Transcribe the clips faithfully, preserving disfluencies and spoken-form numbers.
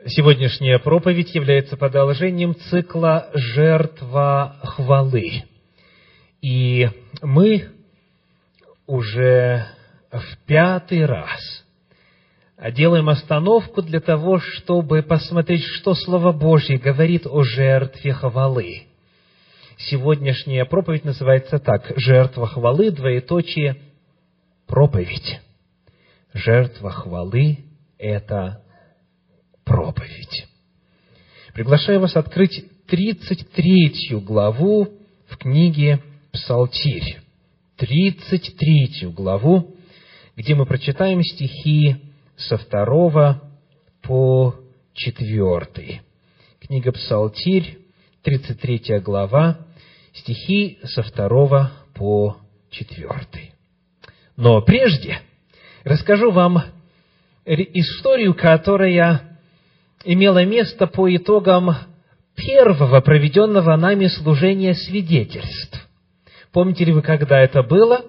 Сегодняшняя проповедь является продолжением цикла «Жертва хвалы». И мы уже в пятый раз делаем остановку для того, чтобы посмотреть, что Слово Божье говорит о жертве хвалы. Сегодняшняя проповедь называется так: «Жертва хвалы, двоеточие, проповедь». Жертва хвалы – это проповедь. Приглашаю вас открыть тридцать третью главу в книге Псалтирь. тридцать третью главу, где мы прочитаем стихи со второго по четвертый. Книга Псалтирь, тридцать третья глава, стихи со второго по четвертый. Но прежде расскажу вам историю, которая имела место по итогам первого проведенного нами служения свидетельств. Помните ли вы, когда это было?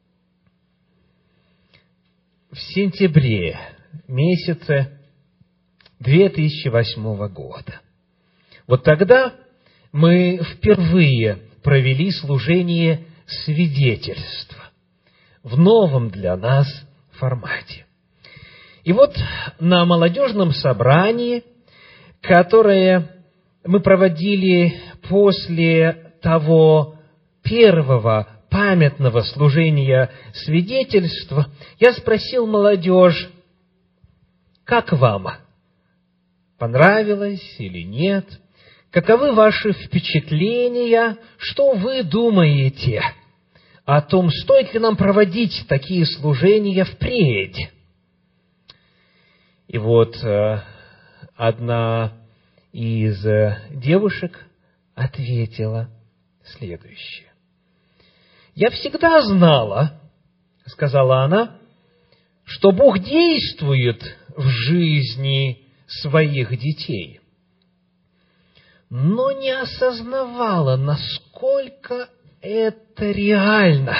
В сентябре месяце две тысячи восьмого года. Вот тогда мы впервые провели служение свидетельства в новом для нас формате. И вот на молодежном собрании, которое мы проводили после того первого памятного служения свидетельства, я спросил молодежь: как вам? Понравилось или нет? Каковы ваши впечатления? Что вы думаете о том, стоит ли нам проводить такие служения впредь? И вот э, одна из э, девушек ответила следующее. «Я всегда знала, — сказала она, — что Бог действует в жизни своих детей, но не осознавала, насколько это реально.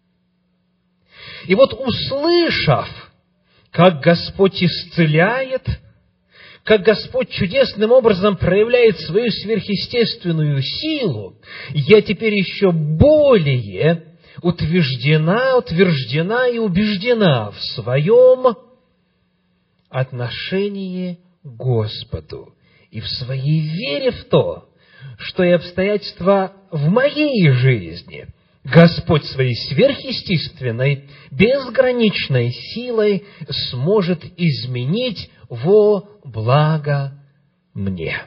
И вот, услышав, как Господь исцеляет, как Господь чудесным образом проявляет свою сверхъестественную силу, я теперь еще более утверждена, утверждена и убеждена в своем отношении к Господу и в своей вере в то, что и обстоятельства в моей жизни Господь своей сверхъестественной, безграничной силой сможет изменить во благо мне».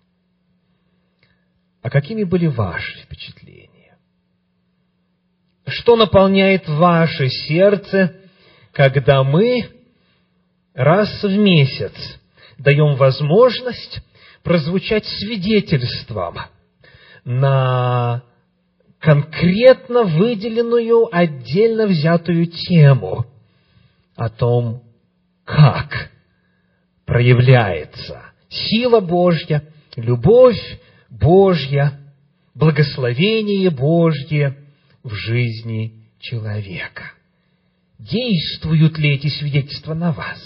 А какими были ваши впечатления? Что наполняет ваше сердце, когда мы раз в месяц даем возможность прозвучать свидетельством на конкретно выделенную, отдельно взятую тему о том, как проявляется сила Божья, любовь Божья, благословение Божье в жизни человека? Действуют ли эти свидетельства на вас?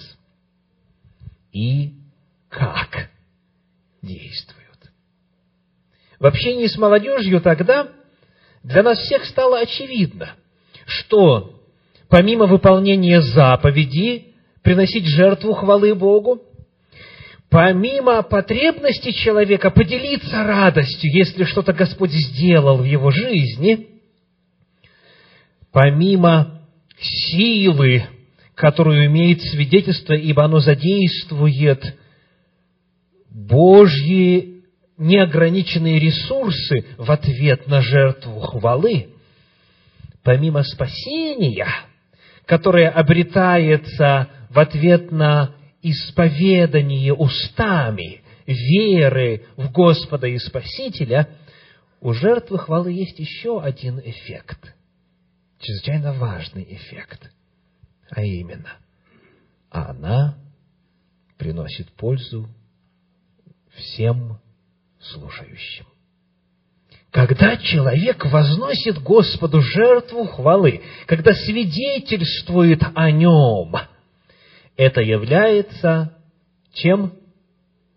И как действуют? В общении с молодежью тогда для нас всех стало очевидно, что помимо выполнения заповеди приносить жертву хвалы Богу, помимо потребности человека поделиться радостью, если что-то Господь сделал в его жизни, помимо силы, которую имеет свидетельство, ибо оно задействует Божьи неограниченные ресурсы в ответ на жертву хвалы, помимо спасения, которое обретается в ответ на исповедание устами веры в Господа и Спасителя, у жертвы хвалы есть еще один эффект, чрезвычайно важный эффект, а именно, она приносит пользу всем слушающим. Когда человек возносит Господу жертву хвалы, когда свидетельствует о Нем, это является чем?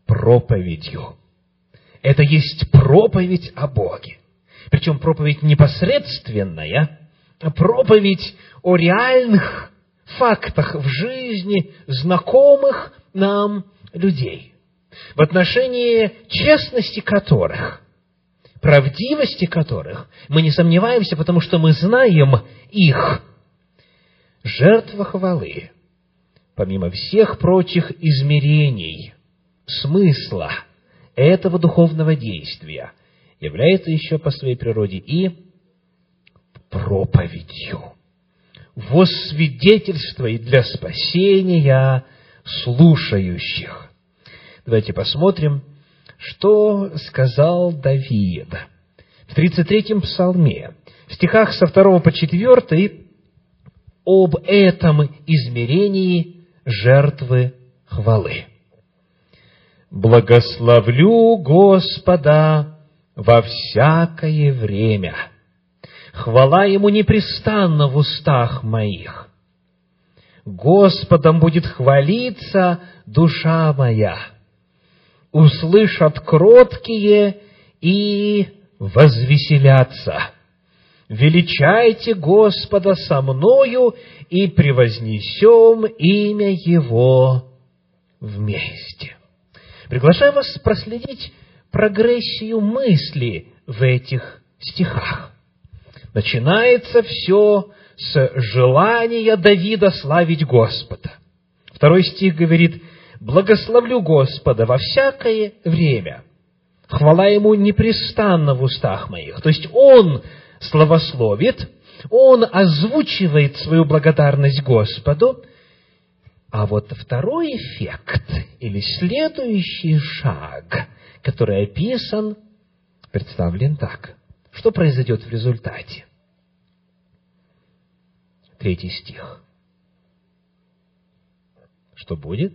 проповедью. Это есть проповедь о Боге. Причем проповедь непосредственная, а проповедь о реальных фактах в жизни знакомых нам людей, в отношении честности которых, правдивости которых мы не сомневаемся, потому что мы знаем их. Жертва хвалы, помимо всех прочих измерений, смысла этого духовного действия, является еще по своей природе и проповедью, во свидетельство для спасения слушающих. Давайте посмотрим, что сказал Давид в тридцать третьем псалме, в стихах со второго по четвертый, об этом измерении жертвы хвалы. «Благословлю Господа во всякое время. Хвала Ему непрестанно в устах моих. Господом будет хвалиться душа моя. Услышат кроткие и возвеселятся. Величайте Господа со мною и превознесем имя Его вместе». Приглашаю вас проследить прогрессию мысли в этих стихах. Начинается все с желания Давида славить Господа. Второй стих говорит: «Благословлю Господа во всякое время. Хвала Ему непрестанно в устах моих». То есть он славословит, он озвучивает свою благодарность Господу. А вот второй эффект, или следующий шаг, который описан, представлен так. Что произойдет в результате? Третий стих. Что будет?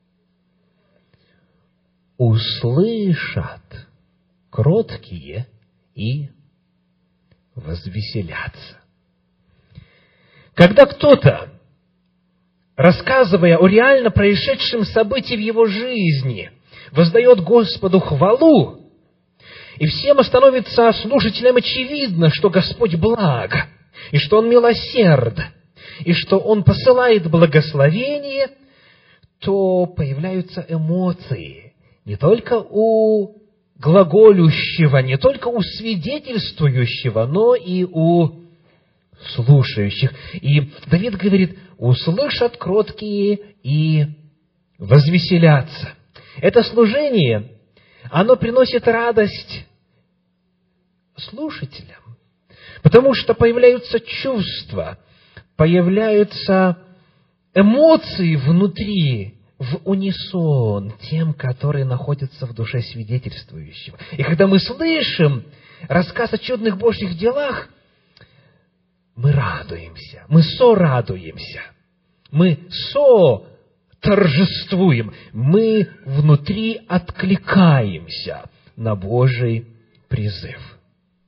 «Услышат кроткие и возвеселятся». Когда кто-то, рассказывая о реально происшедшем событии в его жизни, воздает Господу хвалу, и всем становится слушателям очевидно, что Господь благ, и что Он милосерд, и что Он посылает благословение, то появляются эмоции не только у глаголющего, не только у свидетельствующего, но и у слушающих. И Давид говорит: услышат кроткие и возвеселятся. Это служение, оно приносит радость слушателям, потому что появляются чувства, появляются эмоции внутри, в унисон тем, которые находятся в душе свидетельствующего. И когда мы слышим рассказ о чудных Божьих делах, мы радуемся, мы сорадуемся, мы со-торжествуем, мы внутри откликаемся на Божий призыв.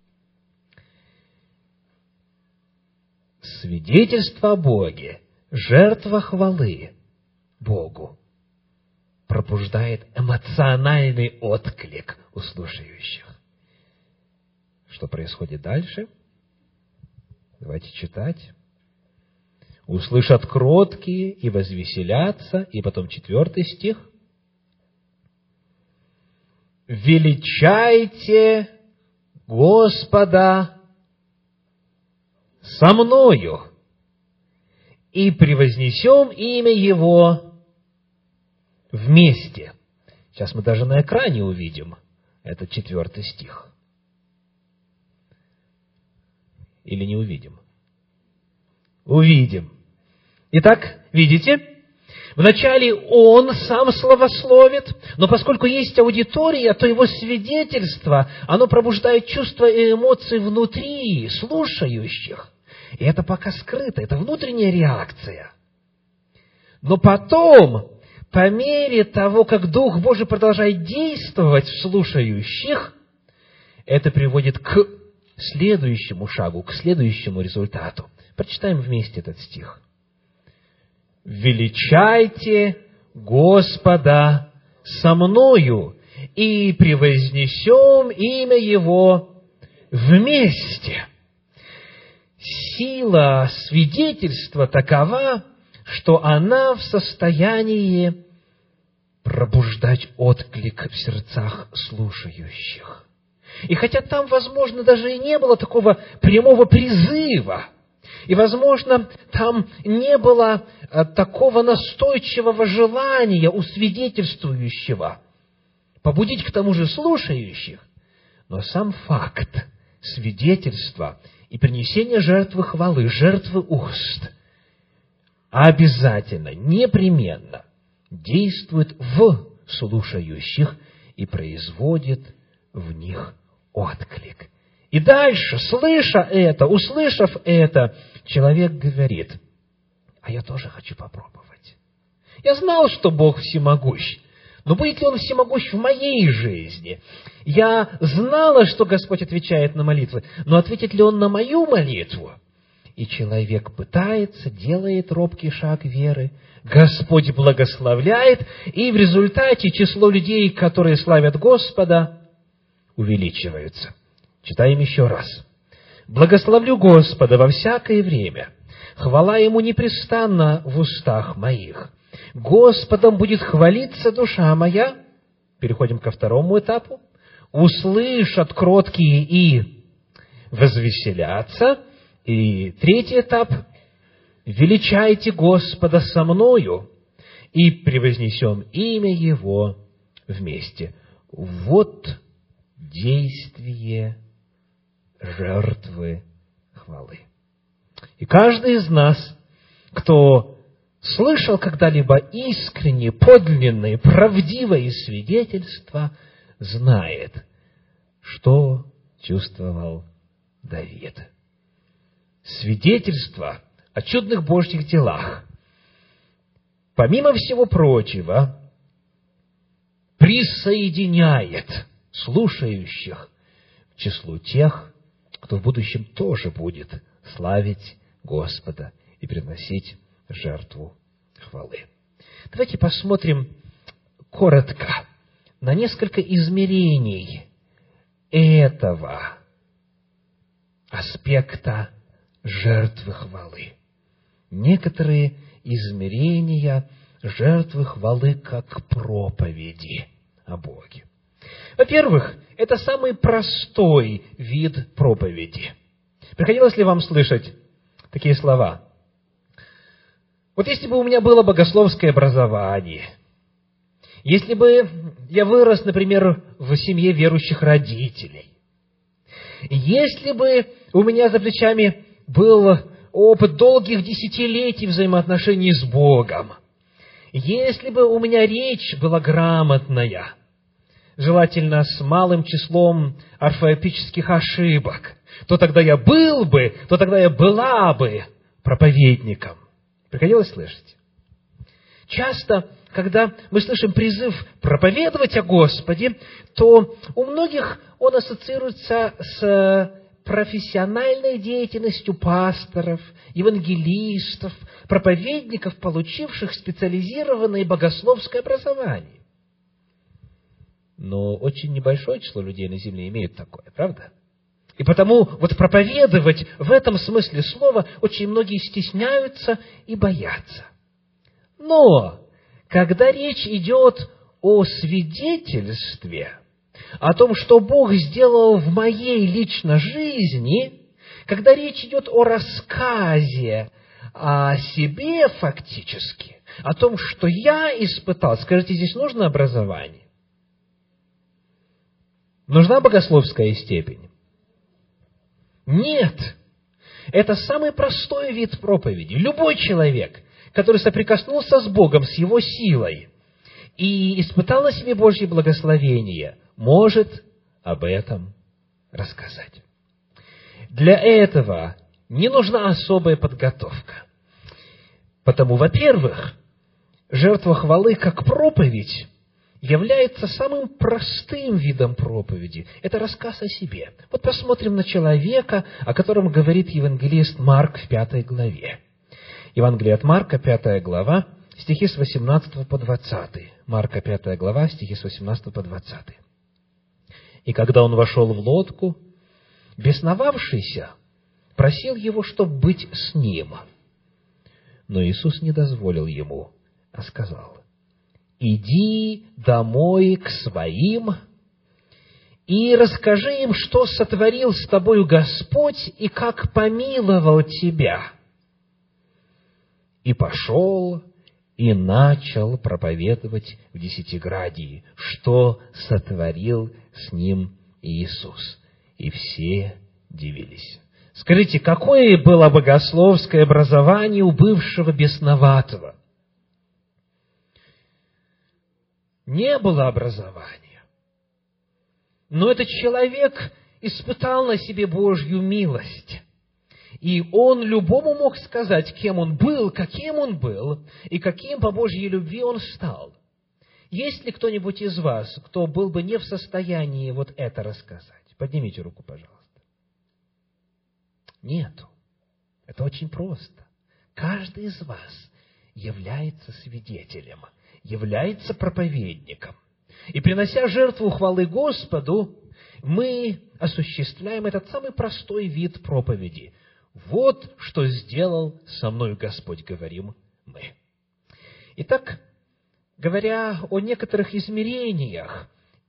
Свидетельство о Боге, жертва хвалы Богу пробуждает эмоциональный отклик у слушающих. Что происходит дальше? Давайте читать. «Услышат кроткие и возвеселятся». И потом четвертый стих. «Величайте Господа со мною, и превознесем имя Его вместе». Сейчас мы даже на экране увидим этот четвертый стих. Или не увидим? Увидим. Итак, видите? Вначале он сам славословит, но поскольку есть аудитория, то его свидетельство, оно пробуждает чувства и эмоции внутри слушающих. И это пока скрыто, это внутренняя реакция. Но потом, по мере того, как Дух Божий продолжает действовать в слушающих, это приводит к следующему шагу, к следующему результату. Прочитаем вместе этот стих. «Величайте Господа со мною и превознесем имя Его вместе». Сила свидетельства такова, что она в состоянии пробуждать отклик в сердцах слушающих. И хотя там, возможно, даже и не было такого прямого призыва, и, возможно, там не было такого настойчивого желания у свидетельствующего побудить к тому же слушающих, но сам факт свидетельства и принесения жертвы хвалы, жертвы уст, обязательно, непременно действует в слушающих и производит в них отклик. И дальше, слыша это, услышав это, человек говорит: а я тоже хочу попробовать. Я знал, что Бог всемогущ, но будет ли Он всемогущ в моей жизни? Я знала, что Господь отвечает на молитвы, но ответит ли Он на мою молитву? И человек пытается, делает робкий шаг веры, Господь благословляет, и в результате число людей, которые славят Господа, увеличивается. Читаем еще раз. «Благословлю Господа во всякое время, хвала Ему непрестанно в устах моих. Господом будет хвалиться душа моя». Переходим ко второму этапу. «Услышат кроткие и возвеселятся». И третий этап. «Величайте Господа со мною, и превознесем имя Его вместе». Вот действие жертвы хвалы. И каждый из нас, кто слышал когда-либо искренние, подлинные, правдивые свидетельства, знает, что чувствовал Давид. Свидетельство о чудных Божьих делах, помимо всего прочего, присоединяет слушающих к числу тех, кто в будущем тоже будет славить Господа и приносить жертву хвалы. Давайте посмотрим коротко на несколько измерений этого аспекта жертвы хвалы. Некоторые измерения жертвы хвалы как проповеди о Боге. Во-первых, это самый простой вид проповеди. Приходилось ли вам слышать такие слова? Вот если бы у меня было богословское образование, если бы я вырос, например, в семье верующих родителей, если бы у меня за плечами был опыт долгих десятилетий взаимоотношений с Богом, если бы у меня речь была грамотная, желательно с малым числом орфоэпических ошибок, то тогда я был бы, то тогда я была бы проповедником. Приходилось слышать? Часто, когда мы слышим призыв проповедовать о Господе, то у многих он ассоциируется с профессиональной деятельностью пасторов, евангелистов, проповедников, получивших специализированное богословское образование. Но очень небольшое число людей на земле имеют такое, правда? И потому вот проповедовать в этом смысле слова очень многие стесняются и боятся. Но когда речь идет о свидетельстве, о том, что Бог сделал в моей личной жизни, когда речь идет о рассказе о себе фактически, о том, что я испытал, скажите, здесь нужно образование? Нужна богословская степень? Нет. Это самый простой вид проповеди. Любой человек, который соприкоснулся с Богом, с Его силой, и испытал на себе Божье благословение, может об этом рассказать. Для этого не нужна особая подготовка. Потому, во-первых, жертва хвалы как проповедь является самым простым видом проповеди. Это рассказ о себе. Вот посмотрим на человека, о котором говорит евангелист Марк в пятой главе. Евангелие от Марка, пятая глава, стихи с восемнадцатого по двадцатый. Марка пятая глава, стихи с восемнадцатого по двадцатый. «И когда он вошел в лодку, бесновавшийся просил его, чтоб быть с ним. Но Иисус не дозволил ему, а сказал: иди домой к своим и расскажи им, что сотворил с тобою Господь и как помиловал тебя. И пошел и начал проповедовать в Десятиградии, что сотворил с ним Иисус. И все дивились». Скажите, какое было богословское образование у бывшего бесноватого? Не было образования. Но этот человек испытал на себе Божью милость. И он любому мог сказать, кем он был, каким он был, и каким по Божьей любви он стал. Есть ли кто-нибудь из вас, кто был бы не в состоянии вот это рассказать? Поднимите руку, пожалуйста. Нету. Это очень просто. Каждый из вас является свидетелем, является проповедником. И принося жертву хвалы Господу, мы осуществляем этот самый простой вид проповеди. Вот что сделал со мною Господь, говорим мы. Итак, говоря о некоторых измерениях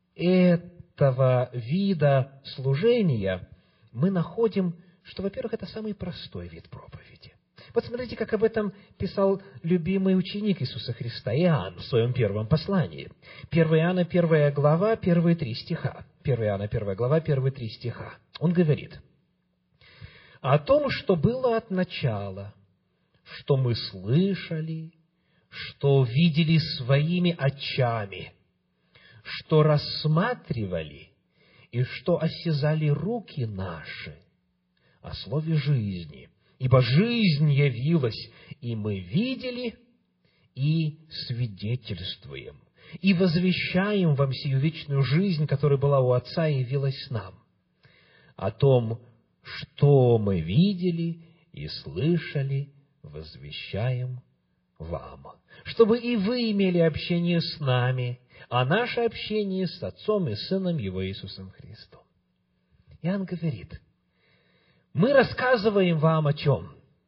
этого вида служения, мы находим, что, во-первых, это самый простой вид проповеди. Вот смотрите, как об этом писал любимый ученик Иисуса Христа, Иоанн, в своем первом послании. первое Иоанна, первая глава, первые три стиха. первое Иоанна, первая глава, первые три стиха. Он говорит: «О том, что было от начала, что мы слышали, что видели своими очами, что рассматривали и что осязали руки наши, о слове жизни, ибо жизнь явилась, и мы видели и свидетельствуем, и возвещаем вам сию вечную жизнь, которая была у Отца и явилась нам. О том, что мы видели и слышали, возвещаем вам, чтобы и вы имели общение с нами, а наше общение с Отцом и Сыном Его Иисусом Христом». Иоанн говорит: мы рассказываем вам о чем?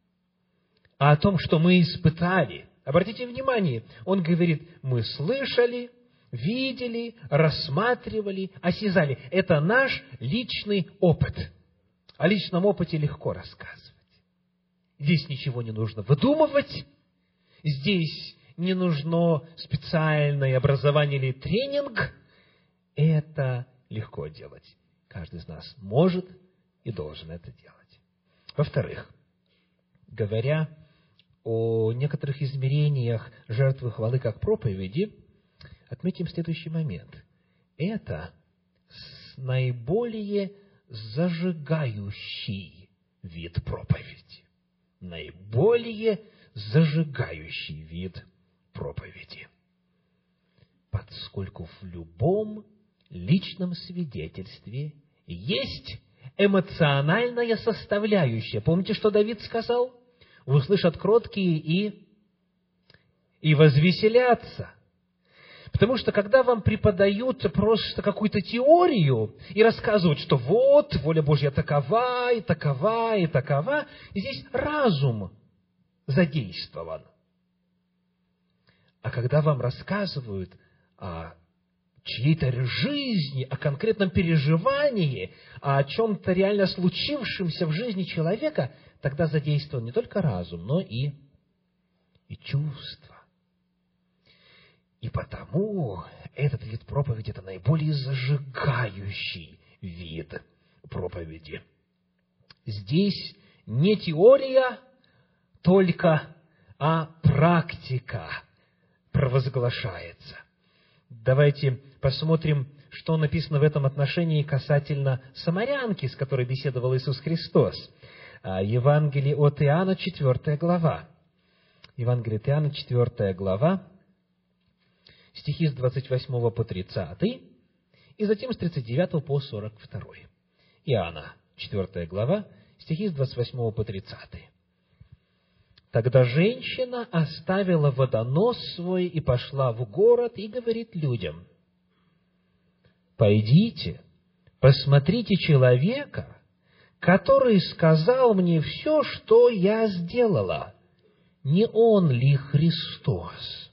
О том, что мы испытали. Обратите внимание, он говорит: мы слышали, видели, рассматривали, осязали. Это наш личный опыт. О личном опыте легко рассказывать. Здесь ничего не нужно выдумывать. Здесь не нужно специальное образование или тренинг. Это легко делать. Каждый из нас может и должен это делать. Во-вторых, говоря о некоторых измерениях жертвы хвалы как проповеди, отметим следующий момент. Это наиболее зажигающий вид проповеди. Наиболее зажигающий вид проповеди. Поскольку в любом личном свидетельстве есть эмоциональная составляющая. Помните, что Давид сказал? Услышат кроткие и, и возвеселятся. Потому что, когда вам преподают просто какую-то теорию и рассказывают, что вот, воля Божья такова, и такова, и такова, здесь разум задействован. А когда вам рассказывают о чьей-то жизни, о конкретном переживании, о чем-то реально случившемся в жизни человека, тогда задействован не только разум, но и, и чувства. И потому этот вид проповеди – это наиболее зажигающий вид проповеди. Здесь не теория только, а практика провозглашается. Давайте посмотрим, что написано в этом отношении касательно самарянки, с которой беседовал Иисус Христос. Евангелие от Иоанна, четвертая глава. Евангелие от Иоанна, четвертая глава, стихи с двадцать восьмого по тридцатый, и затем с тридцать девятого по сорок второй. Иоанна, четвертая глава, стихи с двадцать восьмого по тридцатый. Тогда женщина оставила водонос свой и пошла в город и говорит людям: «Пойдите, посмотрите человека, который сказал мне все, что я сделала. Не он ли Христос?»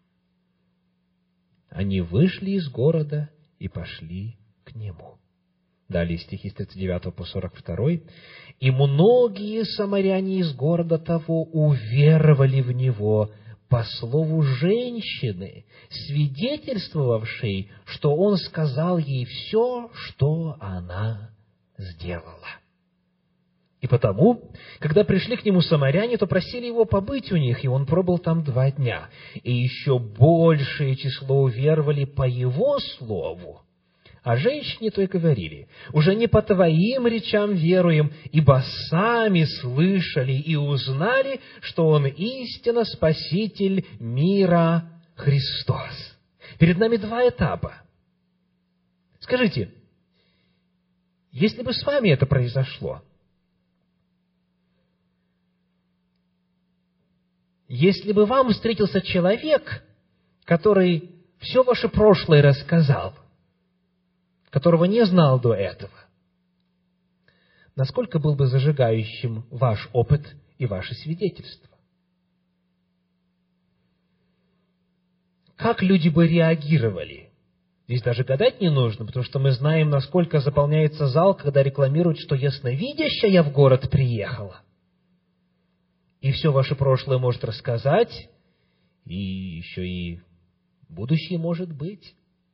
Они вышли из города и пошли к нему. Далее стихи с тридцать девятого по сорок второй. «И многие самаряне из города того уверовали в него по слову женщины, свидетельствовавшей, что он сказал ей все, что она сделала. И потому, когда пришли к нему самаряне, то просили его побыть у них, и он пробыл там два дня. И еще большее число уверовали по его слову. А женщине то и говорили: уже не по твоим речам веруем, ибо сами слышали и узнали, что он истинно Спаситель мира Христос». Перед нами два этапа. Скажите, если бы с вами это произошло, если бы вам встретился человек, который все ваше прошлое рассказал, которого не знал до этого, насколько был бы зажигающим ваш опыт и ваше свидетельство? Как люди бы реагировали? Здесь даже гадать не нужно, потому что мы знаем, насколько заполняется зал, когда рекламируют, что ясновидящая в город приехала. И все ваше прошлое может рассказать, и еще и будущее может быть.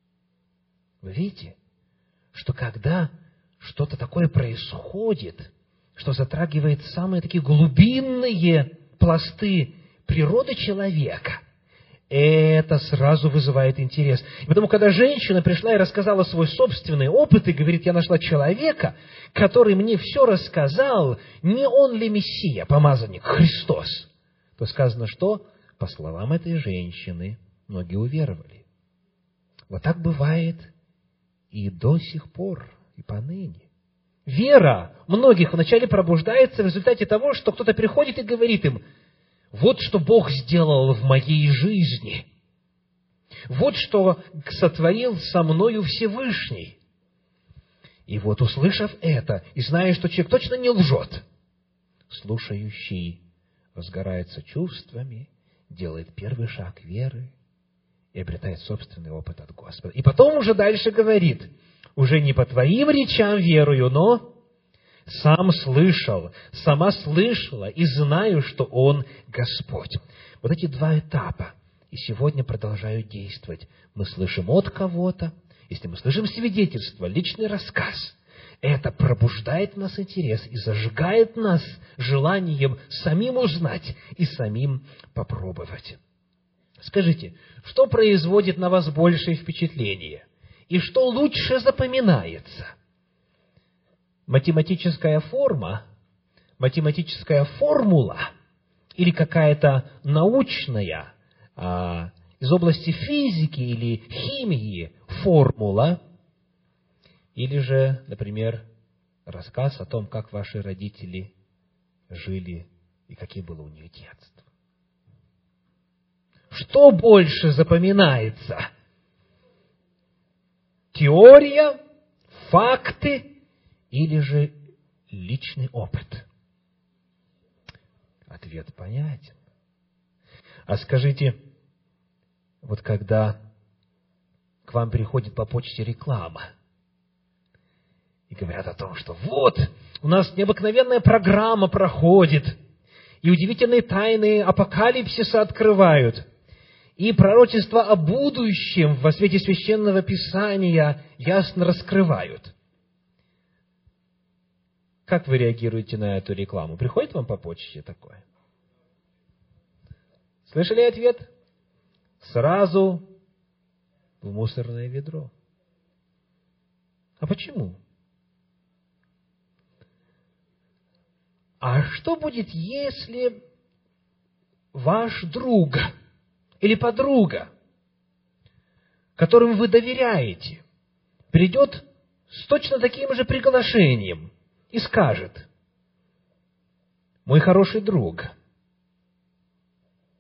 Вы видите, что когда что-то такое происходит, что затрагивает самые такие глубинные пласты природы человека, это сразу вызывает интерес. И потому, когда женщина пришла и рассказала свой собственный опыт, и говорит: я нашла человека, который мне все рассказал, не он ли Мессия, помазанник, Христос, то сказано, что, по словам этой женщины, многие уверовали. Вот так бывает и до сих пор, и поныне. Вера многих вначале пробуждается в результате того, что кто-то приходит и говорит им: вот что Бог сделал в моей жизни, вот что сотворил со мною Всевышний. И вот, услышав это, и зная, что человек точно не лжет, слушающий возгорается чувствами, делает первый шаг веры и обретает собственный опыт от Господа. И потом уже дальше говорит: уже не по твоим речам верую, но сам слышал, сама слышала и знаю, что Он Господь. Вот эти два этапа и сегодня продолжают действовать. Мы слышим от кого-то, если мы слышим свидетельство, личный рассказ, это пробуждает в нас интерес и зажигает нас желанием самим узнать и самим попробовать. Скажите, что производит на вас большее впечатление? И что лучше запоминается? Математическая форма, математическая формула или какая-то научная а, из области физики или химии формула, или же, например, рассказ о том, как ваши родители жили и каким было у них детство. Что больше запоминается? Теория, факты или же личный опыт? Ответ понятен. А скажите, вот когда к вам приходит по почте реклама, и говорят о том, что вот, у нас необыкновенная программа проходит, и удивительные тайны апокалипсиса открывают, и пророчества о будущем во свете Священного Писания ясно раскрывают. Как вы реагируете на эту рекламу? Приходит вам по почте такое? Слышали ответ? Сразу в мусорное ведро. А почему? А что будет, если ваш друг или подруга, которым вы доверяете, придет с точно таким же приглашением и скажет: мой хороший друг,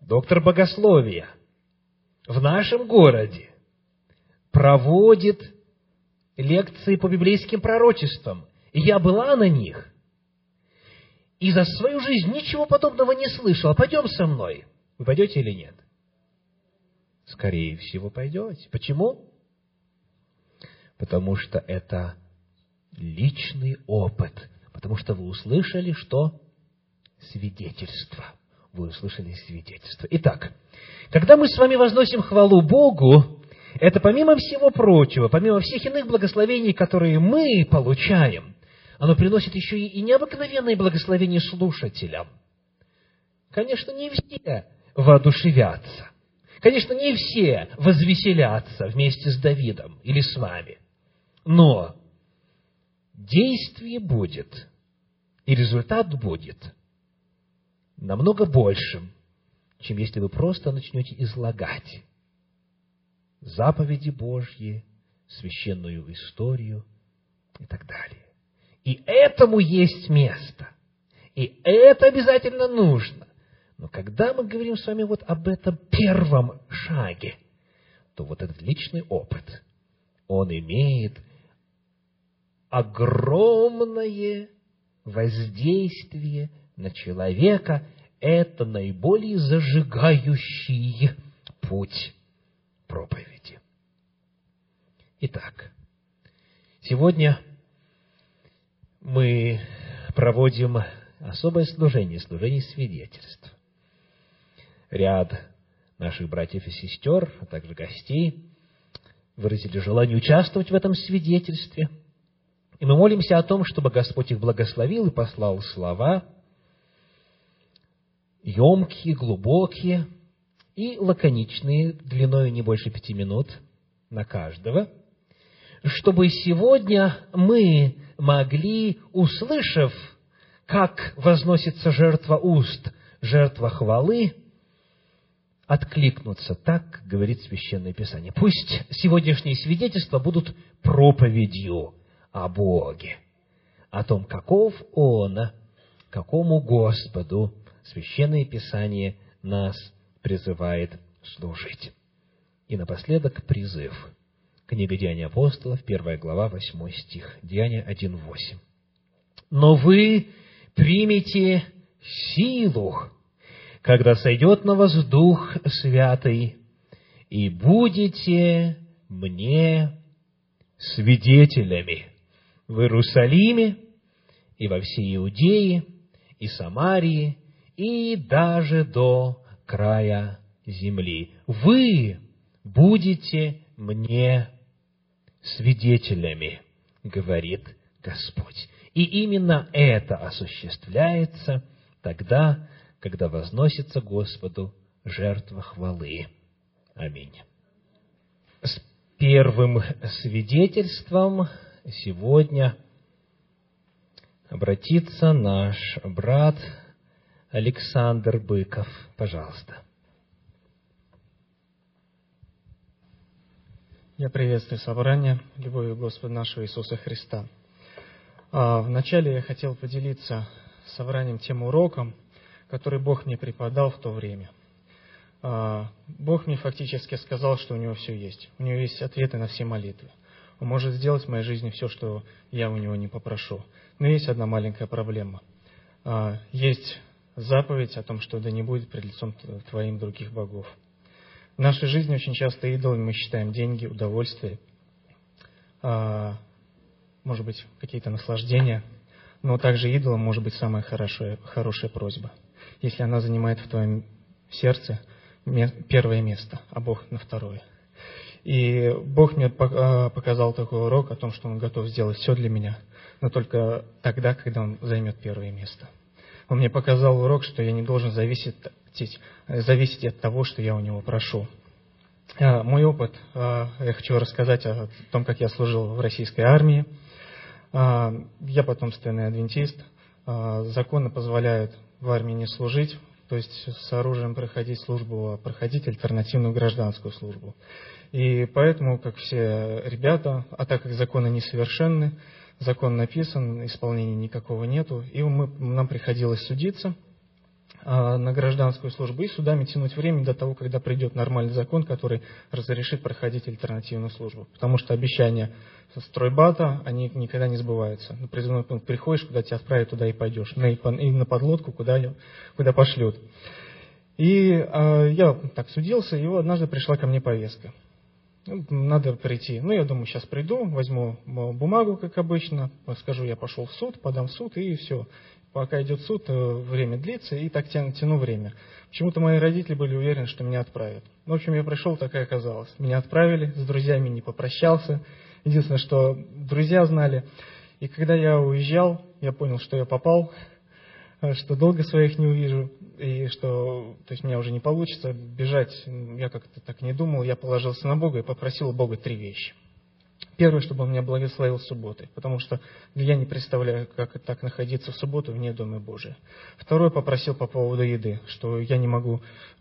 доктор богословия, в нашем городе проводит лекции по библейским пророчествам, и я была на них, и за свою жизнь ничего подобного не слышала. Пойдем со мной. Вы пойдете или нет? Скорее всего, пойдете. Почему? Потому что это личный опыт. Потому что вы услышали, что? Свидетельство. Вы услышали свидетельство. Итак, когда мы с вами возносим хвалу Богу, это помимо всего прочего, помимо всех иных благословений, которые мы получаем, оно приносит еще и необыкновенные благословения слушателям. Конечно, не все воодушевятся. Конечно, не все возвеселятся вместе с Давидом или с вами. Но действие будет, и результат будет намного большим, чем если вы просто начнете излагать заповеди Божьи, священную историю и так далее. И этому есть место. И это обязательно нужно. Но когда мы говорим с вами вот об этом первом шаге, то вот этот личный опыт, он имеет огромное воздействие на человека. Это наиболее зажигающий путь проповеди. Итак, сегодня мы проводим особое служение, служение свидетельств. Ряд наших братьев и сестер, а также гостей выразили желание участвовать в этом свидетельстве. И мы молимся о том, чтобы Господь их благословил и послал слова емкие, глубокие и лаконичные, длиной не больше пяти минут на каждого, чтобы сегодня мы могли, услышав, как возносится жертва уст, жертва хвалы, откликнуться, так говорит Священное Писание. Пусть сегодняшние свидетельства будут проповедью о Боге, о том, каков Он, какому Господу Священное Писание нас призывает служить. И напоследок призыв. Книга Деяний апостолов, первая глава, восьмой стих. Деяния один восемь. «Но вы примете силу, когда сойдет на вас Дух Святый, и будете мне свидетелями в Иерусалиме и во всей Иудее и Самарии и даже до края земли. Вы будете мне свидетелями, говорит Господь». И именно это осуществляется тогда, когда возносится Господу жертва хвалы. Аминь. С первым свидетельством сегодня обратится наш брат Александр Быков. Пожалуйста. Я приветствую собрание любовью Господа нашего Иисуса Христа. Вначале я хотел поделиться с собранием тем уроком, который Бог мне преподал в то время. Бог мне фактически сказал, что у Него все есть. У Него есть ответы на все молитвы. Он может сделать в моей жизни все, что я у Него не попрошу. Но есть одна маленькая проблема. Есть заповедь о том, что да не будет пред лицом Твоим других богов. В нашей жизни очень часто идолами мы считаем деньги, удовольствие, может быть, какие-то наслаждения, но также идолом может быть самая хорошая, хорошая просьба, если она занимает в твоем сердце первое место, а Бог на второе. И Бог мне показал такой урок о том, что Он готов сделать все для меня, но только тогда, когда Он займет первое место. Он мне показал урок, что я не должен зависеть, зависеть от того, что я у Него прошу. Мой опыт, я хочу рассказать о том, как я служил в российской армии. Я потомственный адвентист. Законы позволяют в армии не служить, то есть с оружием проходить службу, а проходить альтернативную гражданскую службу. И поэтому, как все ребята, а так как законы несовершенны, закон написан, исполнения никакого нету, и мы, нам приходилось судиться на гражданскую службу и судами тянуть время до того, когда придет нормальный закон, который разрешит проходить альтернативную службу. Потому что обещания стройбата, они никогда не сбываются. На призывной пункт приходишь, куда тебя отправят, туда и пойдешь. И на подлодку, куда, куда пошлют. И э, я так судился, и однажды пришла ко мне повестка. Надо прийти. Ну, я думаю, сейчас приду, возьму бумагу, как обычно, скажу, я пошел в суд, подам в суд, и все. Пока идет суд, время длится, и так тяну, тяну время. Почему-то мои родители были уверены, что меня отправят. В общем, я пришел, так и оказалось. Меня отправили, с друзьями не попрощался. Единственное, что друзья знали. И когда я уезжал, я понял, что я попал, что долго своих не увижу, и что то есть, меня уже не получится бежать. Я как-то так не думал. Я положился на Бога и попросил у Бога три вещи. Первое, чтобы он меня благословил субботой, потому что я не представляю, как так находиться в субботу вне Дома Божия. Второе, попросил по поводу еды, что я не могу,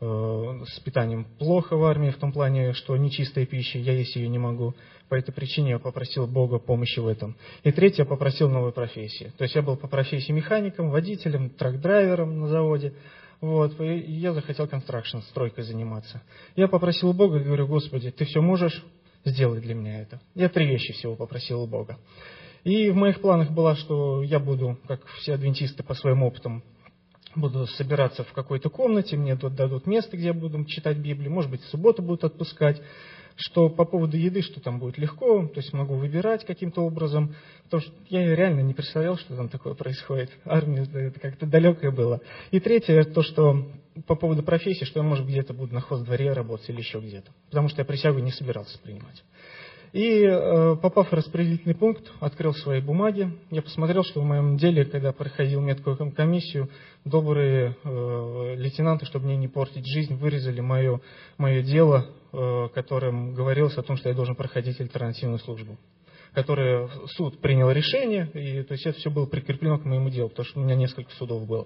э, с питанием плохо в армии, в том плане, что нечистая пища, я есть ее не могу. По этой причине я попросил Бога помощи в этом. И третье, я попросил новой профессии. То есть я был по профессии механиком, водителем, трак-драйвером на заводе. Вот, и я захотел констракшн, стройкой заниматься. Я попросил у Бога и говорю: Господи, Ты все можешь? Сделай для меня это. Я три вещи всего попросил у Бога. И в моих планах было, что я буду, как все адвентисты по своим опытам, буду собираться в какой-то комнате, мне тут дадут место, где я буду читать Библию, может быть, в субботу будут отпускать, что по поводу еды, что там будет легко, то есть могу выбирать каким-то образом, потому что я реально не представлял, что там такое происходит. Армия, это как-то далекое было. И третье, то, что по поводу профессии, что я, может, где-то буду на хоздворе работать или еще где-то, потому что я присягу не собирался принимать. И э, попав в распределительный пункт, открыл свои бумаги, я посмотрел, что в моем деле, когда проходил медкую комиссию, добрые э, лейтенанты, чтобы мне не портить жизнь, вырезали мое, мое дело, э, которым говорилось о том, что я должен проходить альтернативную службу, которое суд принял решение, и то есть это все было прикреплено к моему делу, потому что у меня несколько судов было.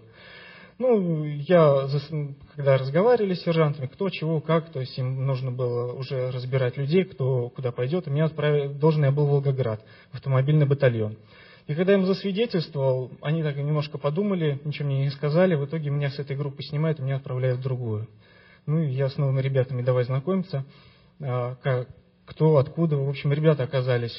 Ну, я, когда разговаривали с сержантами, кто, чего, как, то есть им нужно было уже разбирать людей, кто куда пойдет, и меня отправили, должен я был в Волгоград, в автомобильный батальон. И когда я им засвидетельствовал, они так немножко подумали, ничего мне не сказали, в итоге меня с этой группы снимают и меня отправляют в другую. Ну, и я с новыми ребятами давай знакомиться, как, кто, откуда. В общем, ребята оказались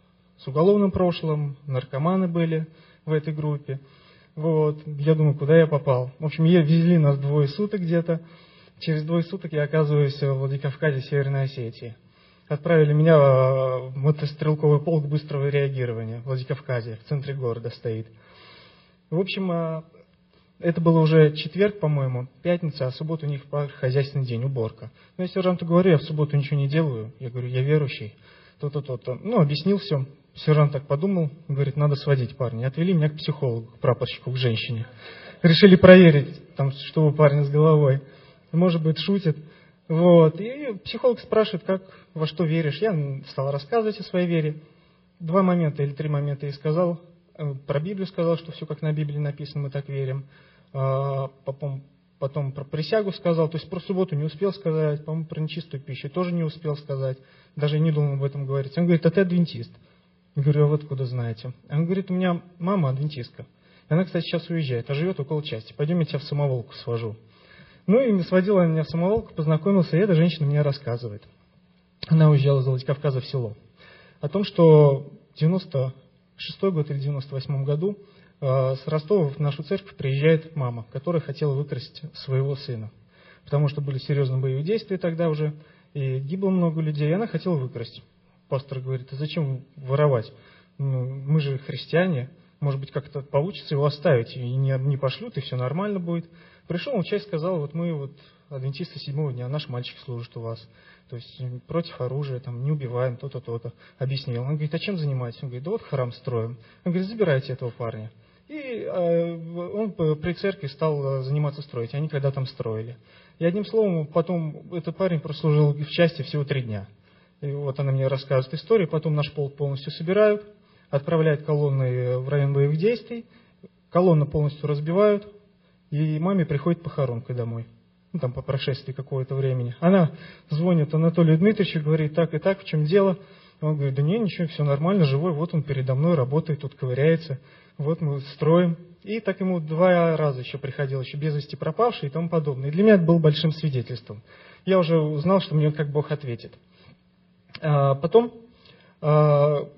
с уголовным прошлым, наркоманы были в этой группе. Вот, я думаю, куда я попал. В общем, везли нас двое суток где-то. Через двое суток я оказываюсь в Владикавказе, Северной Осетии. Отправили меня в мотострелковый полк быстрого реагирования в Владикавказе, в центре города стоит. В общем, это было уже четверг, по-моему, пятница, а суббота у них хозяйственный день, уборка. Ну, я сержанту говорю, я в субботу ничего не делаю. Я говорю, я верующий. То-то, то-то. Ну, объяснил все. Сержант так подумал, говорит, надо сводить парня. Отвели меня к психологу, к прапорщику, к женщине. Решили проверить, там, что у парня с головой. Может быть, шутит. Вот. И психолог спрашивает, как, во что веришь. Я стал рассказывать о своей вере. Два момента или три момента я сказал. Про Библию сказал, что все как на Библии написано, мы так верим. Потом, потом про присягу сказал. То есть про субботу не успел сказать. По-моему, про нечистую пищу тоже не успел сказать. Даже не думал об этом говорить. Он говорит, а ты адвентист. Я говорю, а вы откуда знаете? Он говорит, у меня мама адвентистка. Она, кстати, сейчас уезжает, а живет около части. Пойдем, я тебя в самоволку свожу. Ну и сводила меня в самоволку, познакомился, и эта женщина мне рассказывает. Она уезжала из Владикавказа в село. О том, что в девяносто шестой год или девяносто восьмом году э, с Ростова в нашу церковь приезжает мама, которая хотела выкрасть своего сына. Потому что были серьезные боевые действия тогда уже, и гибло много людей, и она хотела выкрасть. Пастор говорит, а зачем воровать? Ну, мы же христиане, может быть, как-то получится его оставить, и не, не пошлют, и все нормально будет. Пришел он, часть сказал, вот мы вот адвентисты седьмого дня, наш мальчик служит у вас. То есть против оружия, там, не убиваем, то-то, то-то. Объяснил. Он говорит, а чем занимаетесь? Он говорит, да вот храм строим. Он говорит, забирайте этого парня. И э, он при церкви стал заниматься строить, они когда там строили. И одним словом, потом этот парень прослужил в части всего три дня. И вот она мне рассказывает историю, потом наш полк полностью собирают, отправляют колонны в район боевых действий, колонны полностью разбивают, и маме приходит похоронка домой. Ну, там по прошествии какого-то времени. Она звонит Анатолию Дмитриевичу, говорит, так и так, в чем дело? Он говорит, да не, ничего, все нормально, живой, вот он передо мной работает, тут ковыряется, вот мы строим. И так ему два раза еще приходил, еще без вести пропавший и тому подобное. И для меня это было большим свидетельством. Я уже узнал, что мне как Бог ответит. А потом а,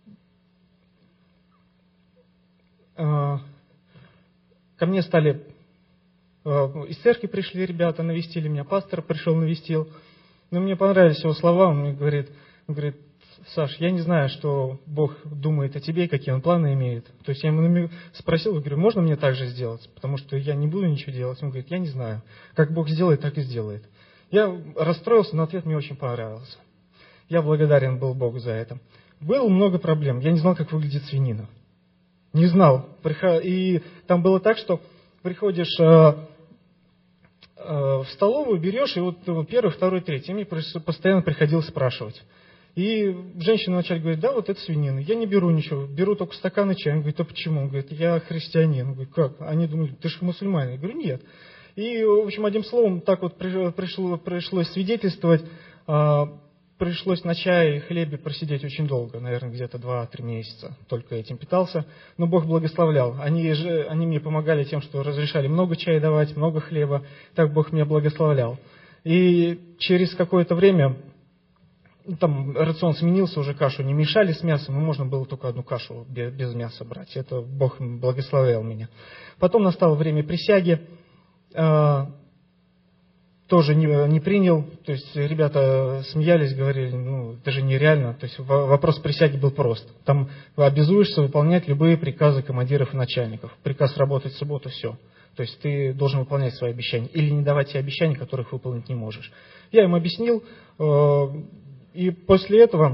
а, ко мне стали, а, из церкви пришли ребята, навестили меня, пастор пришел, навестил. Но мне понравились его слова, он мне говорит, он говорит, Саш, я не знаю, что Бог думает о тебе и какие Он планы имеет. То есть я ему спросил, говорю, можно мне так же сделать? Потому что я не буду ничего делать. Он говорит, я не знаю. Как Бог сделает, так и сделает. Я расстроился, но ответ мне очень понравился. Я благодарен был Богу за это. Было много проблем. Я не знал, как выглядит свинина. Не знал. И там было так, что приходишь в столовую, берешь, и вот первый, второй, третий. И мне постоянно приходилось спрашивать. И женщина вначале говорит, да, вот это свинина. Я не беру ничего, беру только стакан и чай. Он говорит, а почему? Он говорит, я христианин. Он говорит, как? Они думают, ты же мусульманин. Я говорю, нет. И, в общем, одним словом, так вот пришло, пришлось свидетельствовать. Пришлось на чае и хлебе просидеть очень долго, наверное, где-то два-три месяца. Только этим питался. Но Бог благословлял. Они, же, они мне помогали тем, что разрешали много чая давать, много хлеба. Так Бог меня благословлял. И через какое-то время... Там рацион сменился, уже кашу не мешали с мясом, и можно было только одну кашу без, без мяса брать. Это Бог благословлял меня. Потом настало время присяги, э, тоже не, не принял. То есть ребята смеялись, говорили, ну это же нереально. То есть вопрос присяги был прост. Там обязуешься выполнять любые приказы командиров и начальников. Приказ работать в субботу, все. То есть ты должен выполнять свои обещания. Или не давать те обещания, которых выполнить не можешь. Я им объяснил. Э, И после этого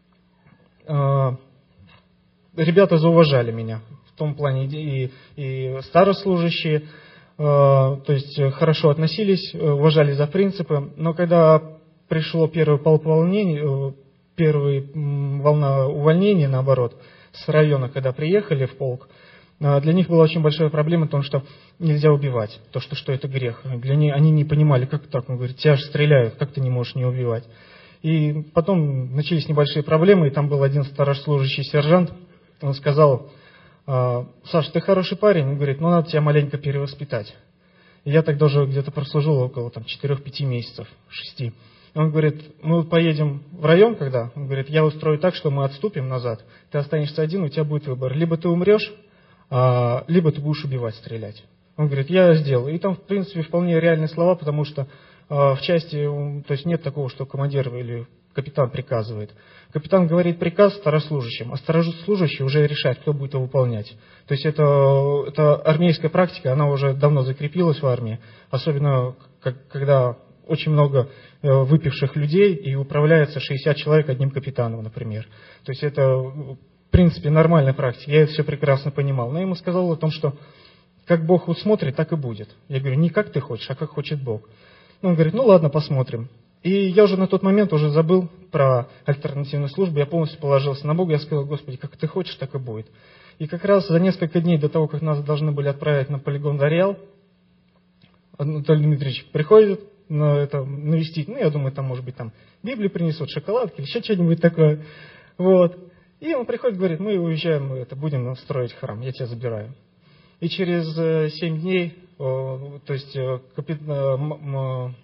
э, ребята зауважали меня. В том плане и, и старослужащие, э, то есть хорошо относились, уважали за принципы. Но когда пришло первое волнение, первая волна увольнения, наоборот, с района, когда приехали в полк, для них была очень большая проблема в том, что нельзя убивать. То, что, что это грех. Для них, они не понимали, как так. Он говорит, тебя же стреляют, как ты не можешь не убивать. И потом начались небольшие проблемы, и там был один старослужащий сержант, он сказал, Саш, ты хороший парень, он говорит, ну надо тебя маленько перевоспитать. И я тогда уже где-то прослужил около там, четырех-пяти месяцев, шести. Он говорит, мы поедем в район, когда? Он говорит, я устрою так, что мы отступим назад, ты останешься один, у тебя будет выбор, либо ты умрешь, либо ты будешь убивать, стрелять. Он говорит, я сделаю. И там, в принципе, вполне реальные слова, потому что в части, то есть нет такого, что командир или капитан приказывает. Капитан говорит приказ старослужащим, а старослужащий уже решает, кто будет его выполнять. То есть это, это армейская практика, она уже давно закрепилась в армии, особенно как, когда очень много выпивших людей и управляется шестьдесят человек одним капитаном, например. То есть это, в принципе, нормальная практика, я это все прекрасно понимал. Но я ему сказал о том, что как Бог усмотрит, так и будет. Я говорю, не как ты хочешь, а как хочет Бог. Он говорит, ну ладно, посмотрим. И я уже на тот момент уже забыл про альтернативную службу, я полностью положился на Бога, я сказал, Господи, как ты хочешь, так и будет. И как раз за несколько дней до того, как нас должны были отправить на полигон Дарьял, Анатолий Дмитриевич приходит на это, навестить, ну я думаю, там может быть там Библию принесут, шоколадки или еще что-нибудь такое. Вот. И он приходит, говорит, мы уезжаем, мы это, будем строить храм, я тебя забираю. И через семь дней, то есть капитан,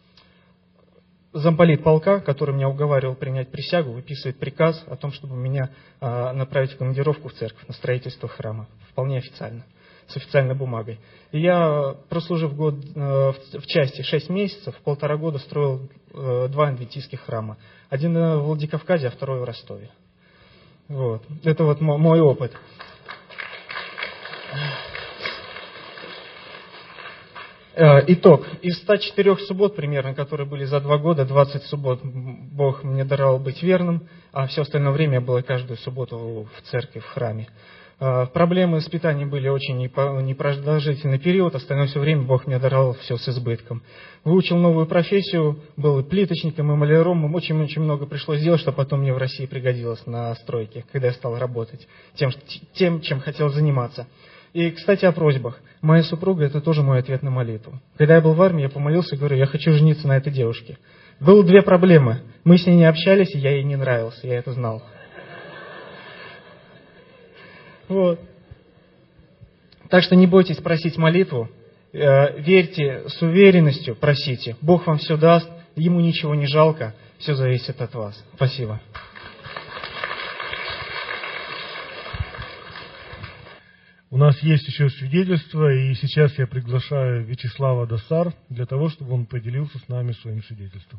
замполит полка, который меня уговаривал принять присягу, выписывает приказ о том, чтобы меня направить в командировку в церковь на строительство храма. Вполне официально, с официальной бумагой. И я, прослужив год в части шесть месяцев, полтора года строил два адвентистских храма. Один в Владикавказе, а второй в Ростове. Вот. Это вот мой опыт. Итог. Из ста четырёх суббот примерно, которые были за два года, двадцать суббот Бог мне даровал быть верным, а все остальное время было каждую субботу в церкви, в храме. Проблемы с питанием были очень непродолжительный период, остальное все время Бог мне даровал все с избытком. Выучил новую профессию, был и плиточником, и маляром, очень-очень много пришлось делать, что потом мне в России пригодилось на стройке, когда я стал работать тем, тем чем хотел заниматься. И, кстати, о просьбах. Моя супруга – это тоже мой ответ на молитву. Когда я был в армии, я помолился и говорю, я хочу жениться на этой девушке. Было две проблемы. Мы с ней не общались, и я ей не нравился, я это знал. Вот. Так что не бойтесь просить молитву. Верьте с уверенностью, просите. Бог вам все даст, Ему ничего не жалко, все зависит от вас. Спасибо. У нас есть еще свидетельство, и сейчас я приглашаю Вячеслава Досар для того, чтобы он поделился с нами своим свидетельством.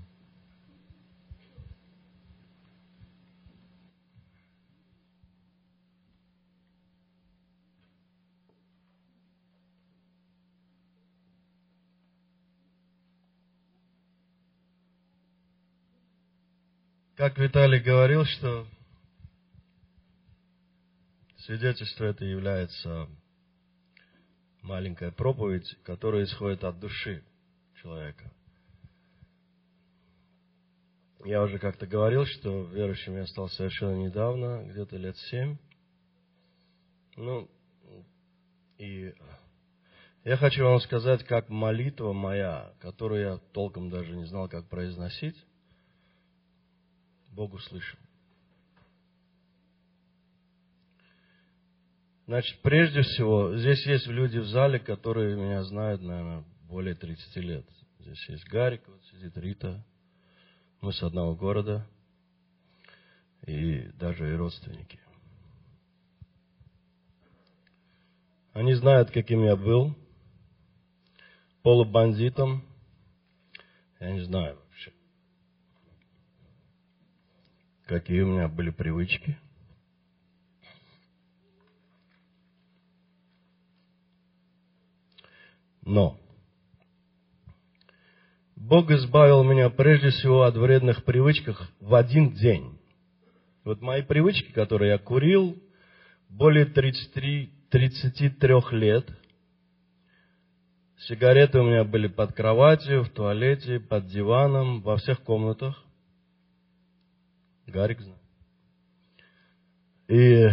Как Виталий говорил, что свидетельство это является маленькая проповедь, которая исходит от души человека. Я уже как-то говорил, что верующим я стал совершенно недавно, где-то лет семь. Ну, и я хочу вам сказать, как молитва моя, которую я толком даже не знал, как произносить, Бог услышал. Значит, прежде всего, здесь есть люди в зале, которые меня знают, наверное, более тридцати лет. Здесь есть Гарик, вот сидит Рита. Мы с одного города. И даже и родственники. Они знают, каким я был. Полубандитом. Я не знаю вообще, какие у меня были привычки. Но Бог избавил меня прежде всего от вредных привычек в один день. Вот мои привычки, которые я курил более тридцати трёх лет. Сигареты у меня были под кроватью, в туалете, под диваном, во всех комнатах. Гарик знает. И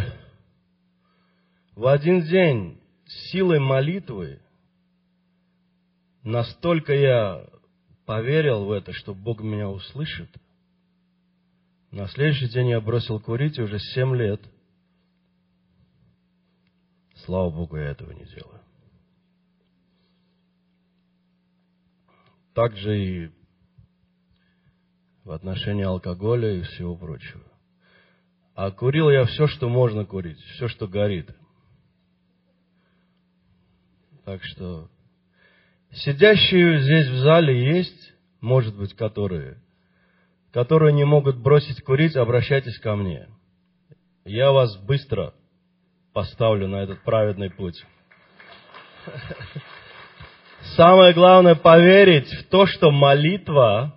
в один день силой молитвы настолько я поверил в это, что Бог меня услышит. На следующий день я бросил курить, и уже семь лет. Слава Богу, я этого не делаю. Также и в отношении алкоголя и всего прочего. А курил я все, что можно курить, все, что горит. Так что сидящие здесь в зале есть, может быть, которые, которые не могут бросить курить, обращайтесь ко мне. Я вас быстро поставлю на этот праведный путь. Самое главное поверить в то, что молитва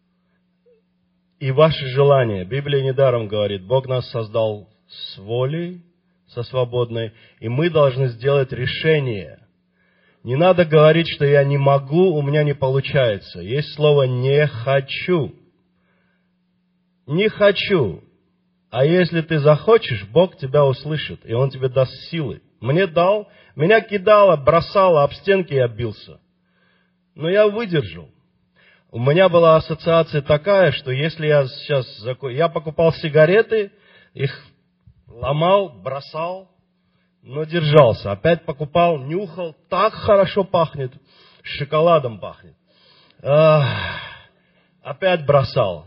и ваши желания. Библия недаром говорит, Бог нас создал с волей, со свободной, и мы должны сделать решение. Не надо говорить, что я не могу, у меня не получается. Есть слово «не хочу». Не хочу. А если ты захочешь, Бог тебя услышит, и Он тебе даст силы. Мне дал, меня кидало, бросало, об стенки я бился. Но я выдержал. У меня была ассоциация такая, что если я сейчас... Я покупал сигареты, их ломал, бросал, но держался. Опять покупал, нюхал, так хорошо пахнет, шоколадом пахнет. Ах, опять бросал.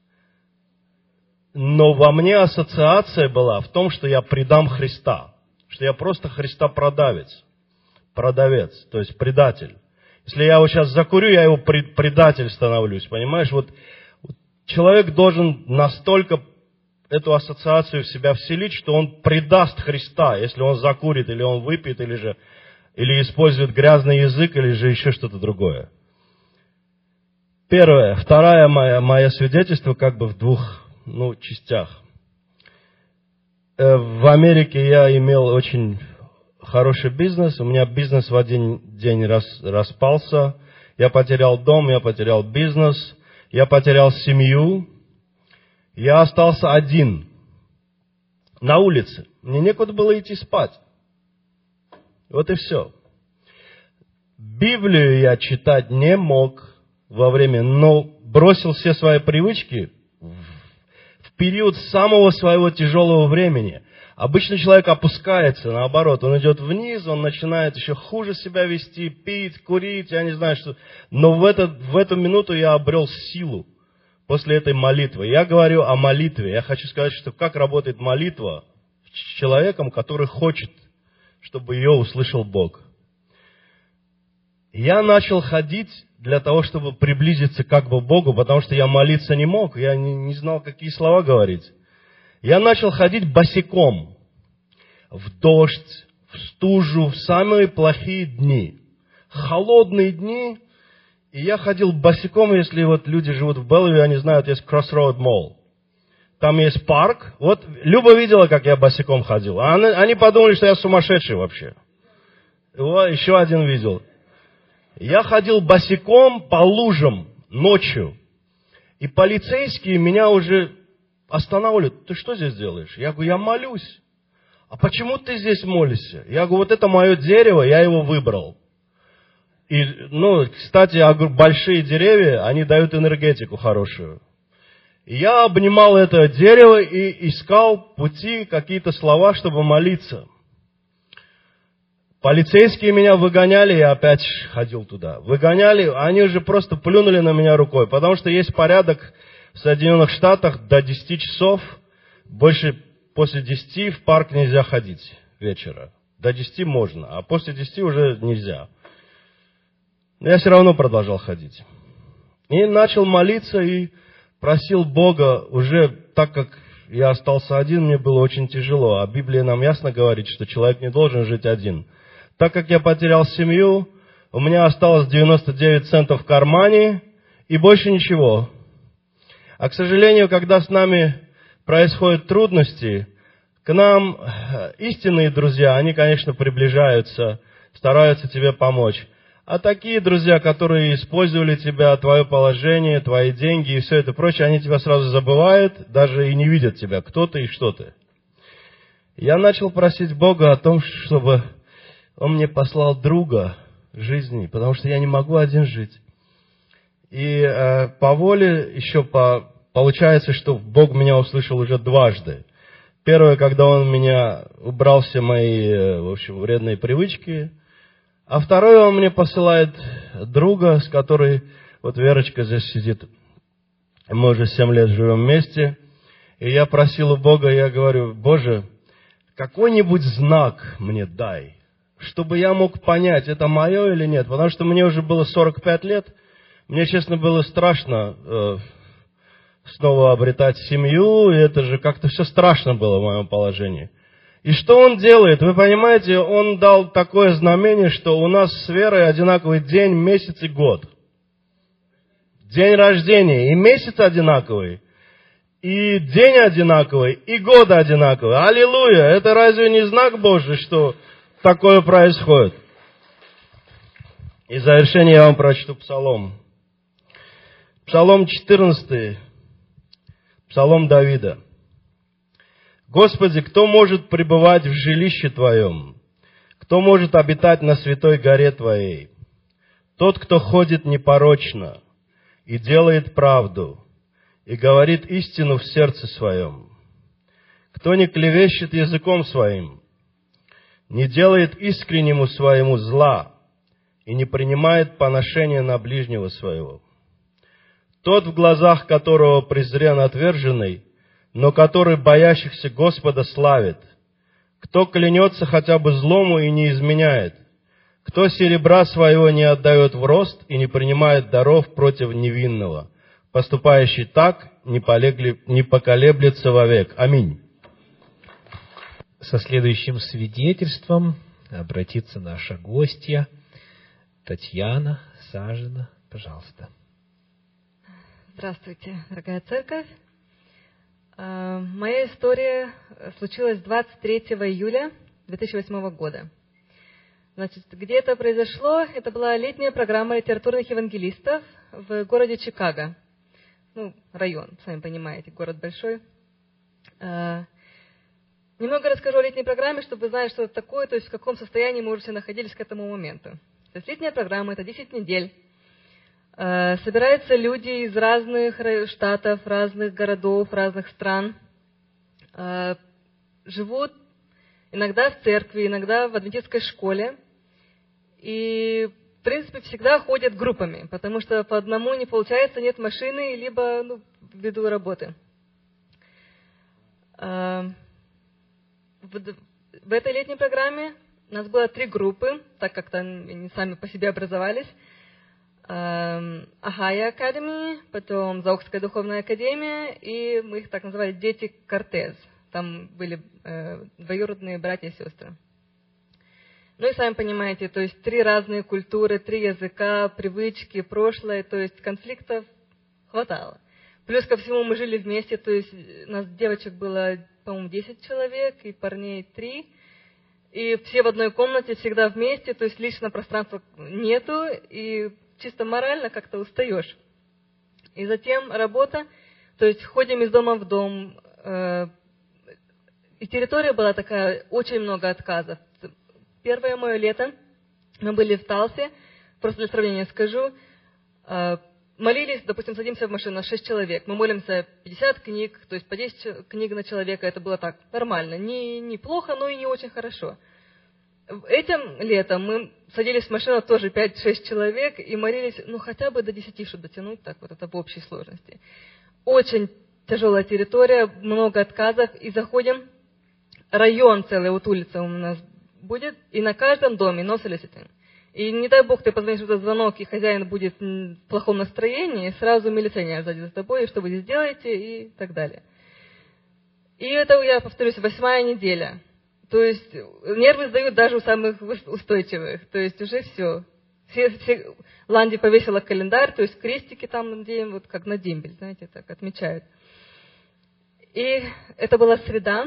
Но во мне ассоциация была в том, что я предам Христа. Что я просто Христа-продавец. Продавец, то есть предатель. Если я его сейчас закурю, я его предатель становлюсь. Понимаешь, вот, вот человек должен настолько эту ассоциацию в себя вселить, что он предаст Христа, если он закурит, или он выпьет, или же или использует грязный язык, или же еще что-то другое. Первое. Второе мое, мое свидетельство как бы в двух ну, частях. В Америке я имел очень хороший бизнес. У меня бизнес в один день рас, распался. Я потерял дом, я потерял бизнес, я потерял семью. Я остался один на улице. Мне некуда было идти спать. Вот и все. Библию я читать не мог во время, но бросил все свои привычки в период самого своего тяжелого времени. Обычно человек опускается, наоборот, он идет вниз, он начинает еще хуже себя вести, пить, курить, я не знаю, что. Но в, этот, в эту минуту я обрел силу после этой молитвы. Я говорю о молитве. Я хочу сказать, что как работает молитва с человеком, который хочет, чтобы ее услышал Бог. Я начал ходить для того, чтобы приблизиться как бы к Богу, потому что я молиться не мог, я не, не знал, какие слова говорить. Я начал ходить босиком в дождь, в стужу, в самые плохие дни. Холодные дни. И я ходил босиком, если вот люди живут в Беллвью, они знают, есть Crossroad Mall. Там есть парк. Вот Люба видела, как я босиком ходил. А они, они подумали, что я сумасшедший вообще. Вот, еще один видел. Я ходил босиком по лужам ночью. И полицейские меня уже останавливают. Ты что здесь делаешь? Я говорю, я молюсь. А почему ты здесь молишься? Я говорю, вот это мое дерево, я его выбрал. И, ну, кстати, я говорю, большие деревья, они дают энергетику хорошую. И я обнимал это дерево и искал пути, какие-то слова, чтобы молиться. Полицейские меня выгоняли, я опять ходил туда. Выгоняли, они уже просто плюнули на меня рукой, потому что есть порядок в Соединенных Штатах до десяти часов, больше после десяти в парк нельзя ходить вечера. До десяти можно, а после десяти уже нельзя. Но я все равно продолжал ходить. И начал молиться и просил Бога, уже так как я остался один, мне было очень тяжело. А Библия нам ясно говорит, что человек не должен жить один. Так как я потерял семью, у меня осталось девяносто девять центов в кармане и больше ничего. А, к сожалению, когда с нами происходят трудности, к нам истинные друзья, они, конечно, приближаются, стараются тебе помочь. А такие друзья, которые использовали тебя, твое положение, твои деньги и все это прочее, они тебя сразу забывают, даже и не видят тебя, кто ты и что ты. Я начал просить Бога о том, чтобы Он мне послал друга жизни, потому что я не могу один жить. И э, по воле еще по, получается, что Бог меня услышал уже дважды. Первое, когда Он меня убрал все мои, в общем, вредные привычки. А второе, Он мне посылает друга, с которой, вот Верочка здесь сидит, мы уже семь лет живем вместе. И я просил у Бога, я говорю, Боже, какой-нибудь знак мне дай, чтобы я мог понять, это мое или нет. Потому что мне уже было сорок пять лет, мне, честно, было страшно э, снова обретать семью, и это же как-то все страшно было в моем положении. И что Он делает? Вы понимаете, Он дал такое знамение, что у нас с Верой одинаковый день, месяц и год. День рождения и месяц одинаковый, и день одинаковый, и год одинаковый. Аллилуйя! Это разве не знак Божий, что такое происходит? И в завершение я вам прочту Псалом. Псалом четырнадцатый, Псалом Давида. «Господи, кто может пребывать в жилище Твоем? Кто может обитать на святой горе Твоей? Тот, кто ходит непорочно и делает правду, и говорит истину в сердце своем. Кто не клевещет языком своим, не делает искреннему своему зла и не принимает поношения на ближнего своего. Тот, в глазах которого презрен отверженный, но который боящихся Господа славит. Кто клянется хотя бы злому и не изменяет. Кто серебра своего не отдает в рост и не принимает даров против невинного. Поступающий так не, полегли, не поколеблется вовек. Аминь». Со следующим свидетельством обратится наша гостья Татьяна Сажина. Пожалуйста. Здравствуйте, дорогая церковь. Моя история случилась двадцать третьего июля две тысячи восьмого года. Значит, где это произошло? Это была летняя программа литературных евангелистов в городе Чикаго. Ну, район, сами понимаете, город большой. Немного расскажу о летней программе, чтобы вы знали, что это такое, то есть в каком состоянии мы уже все находились к этому моменту. То есть летняя программа – это десять недель. Э, собираются люди из разных штатов, разных городов, разных стран. Э, живут иногда в церкви, иногда в адвентистской школе. И, в принципе, всегда ходят группами, потому что по одному не получается, нет машины, либо ну, ввиду работы. Э, в, в этой летней программе у нас было три группы, так как они сами по себе образовались. Ахая Академия, потом Заокская духовная академия, и мы их так называли «Дети Кортез». Там были э, двоюродные братья и сестры. Ну и сами понимаете, то есть три разные культуры, три языка, привычки, прошлое, то есть конфликтов хватало. Плюс ко всему мы жили вместе, то есть у нас девочек было, по-моему, десять человек, и парней три. И все в одной комнате, всегда вместе, то есть личного пространства нету, и чисто морально как-то устаешь. И затем работа, то есть ходим из дома в дом. Э, и территория была такая, очень много отказов. Первое мое лето мы были в Талсе, просто для сравнения скажу, э, молились, допустим, садимся в машину, шесть человек, мы молимся пятьдесят книг, то есть по десять книг на человека, это было так, нормально, не, не плохо, но и не очень хорошо. Этим летом мы садились в машину тоже пять-шесть человек и молились, ну, хотя бы до десяти, чтобы дотянуть, так вот это в общей сложности. Очень тяжелая территория, много отказов, и заходим, район целый, вот улица у нас будет, и на каждом доме no soliciting. И не дай бог ты позвонишь в этот звонок, и хозяин будет в плохом настроении, сразу милиционер сзади за тобой, что вы здесь делаете, и так далее. И это, я повторюсь, восьмая неделя. То есть нервы сдают даже у самых устойчивых. То есть уже все. все, все Ланди повесила календарь, то есть крестики там, где вот как на дембель, знаете, так отмечают. И это была среда.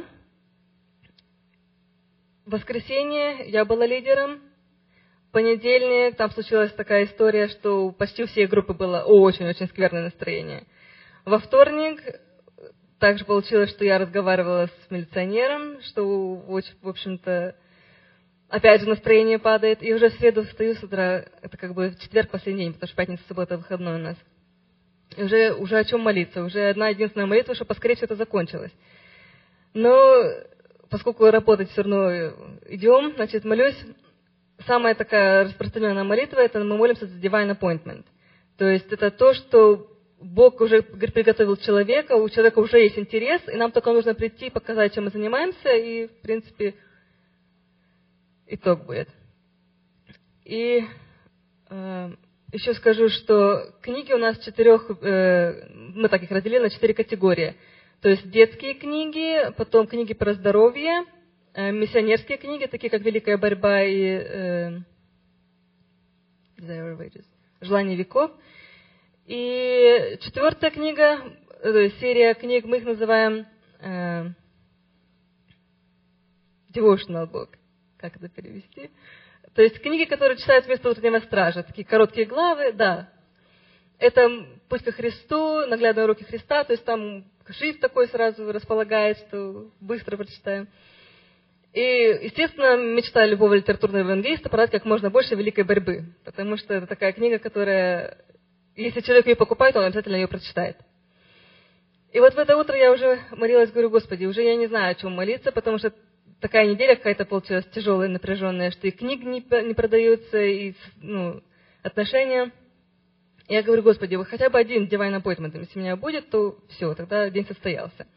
В воскресенье я была лидером. В понедельник там случилась такая история, что почти у всей группы было очень-очень скверное настроение. Во вторник также получилось, что я разговаривала с милиционером, что, в общем-то, опять же настроение падает. И уже в среду встаю с утра, это как бы в четверг последний день, потому что пятница, суббота, выходной у нас. И уже, уже о чем молиться? Уже одна единственная молитва, что поскорее все это закончилось. Но поскольку работать все равно идем, значит, молюсь. Самая такая распространенная молитва, это мы молимся за divine appointment. То есть это то, что Бог уже приготовил человека, у человека уже есть интерес, и нам только нужно прийти, показать, чем мы занимаемся, и, в принципе, итог будет. И э, еще скажу, что книги у нас четырех, э, мы так их разделили на четыре категории. То есть детские книги, потом книги про здоровье, э, миссионерские книги, такие как «Великая борьба» и э, «Желание веков». И четвертая книга, серия книг, мы их называем э, Devotional Book. Как это перевести? То есть книги, которые читают вместо утреннего стража. Такие короткие главы, да. Это «Путь ко Христу», «Наглядные уроки Христа». То есть там шрифт такой сразу располагает, что быстро прочитаем. И, естественно, мечта любого литературного евангелиста продать как можно больше «Великой борьбы». Потому что это такая книга, которая... Если человек ее покупает, он обязательно ее прочитает. И вот в это утро я уже молилась, говорю, Господи, уже я не знаю, о чем молиться, потому что такая неделя какая-то получилась тяжелая, напряженная, что и книг не, не продаются, и ну, отношения. И я говорю, Господи, вы хотя бы один divine appointment, если у меня будет, то все, тогда день состоялся.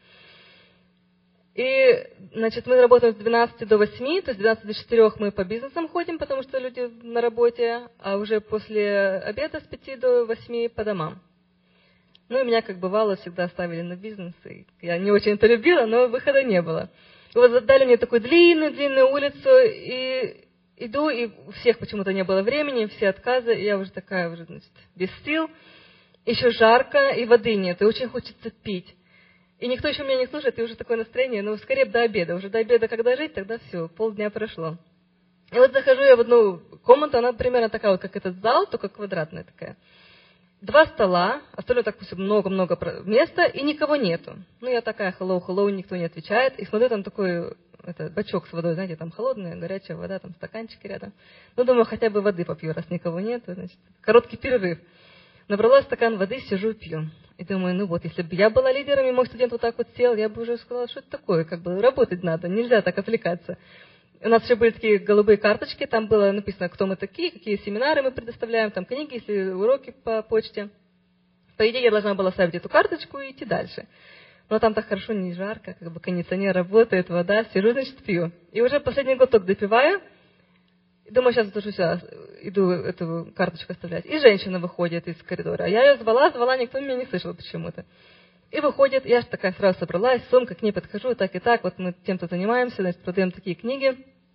И, значит, мы работаем с двенадцати до восьми, то есть с двенадцати до четырёх мы по бизнесам ходим, потому что люди на работе, а уже после обеда с пяти до восьми по домам. Ну, и меня, как бывало, всегда ставили на бизнес, и я не очень это любила, но выхода не было. И вот дали мне такую длинную-длинную улицу, и иду, и у всех почему-то не было времени, все отказы, и я уже такая, уже, значит, без сил. Еще жарко, и воды нет, и очень хочется пить. И никто еще меня не слушает, и уже такое настроение, ну, скорее до обеда. Уже до обеда, когда жить, тогда все, полдня прошло. И вот захожу я в одну комнату, она примерно такая вот, как этот зал, только квадратная такая. Два стола, остальное так много-много места, и никого нету. Ну, я такая, hello-hello, никто не отвечает. И смотрю, там такой это, бачок с водой, знаете, там холодная, горячая вода, там стаканчики рядом. Ну, думаю, хотя бы воды попью, раз никого нет, значит, короткий перерыв. Набрала стакан воды, сижу, пью. И думаю, ну вот, если бы я была лидером, и мой студент вот так вот сел, я бы уже сказала, что это такое, как бы работать надо, нельзя так отвлекаться. У нас еще были такие голубые карточки, там было написано, кто мы такие, какие семинары мы предоставляем, там книги, если уроки по почте. По идее, я должна была ставить эту карточку и идти дальше. Но там так хорошо, не жарко, как бы кондиционер работает, вода, сижу, значит, пью. И уже последний глоток допиваю, думаю, сейчас тоже все, иду эту карточку оставлять. И женщина выходит из коридора. Я ее звала, звала, никто меня не слышал почему-то. И выходит, я же такая сразу собралась, сумка, к ней подхожу, так и так, вот мы тем-то занимаемся, значит, продаем такие книги.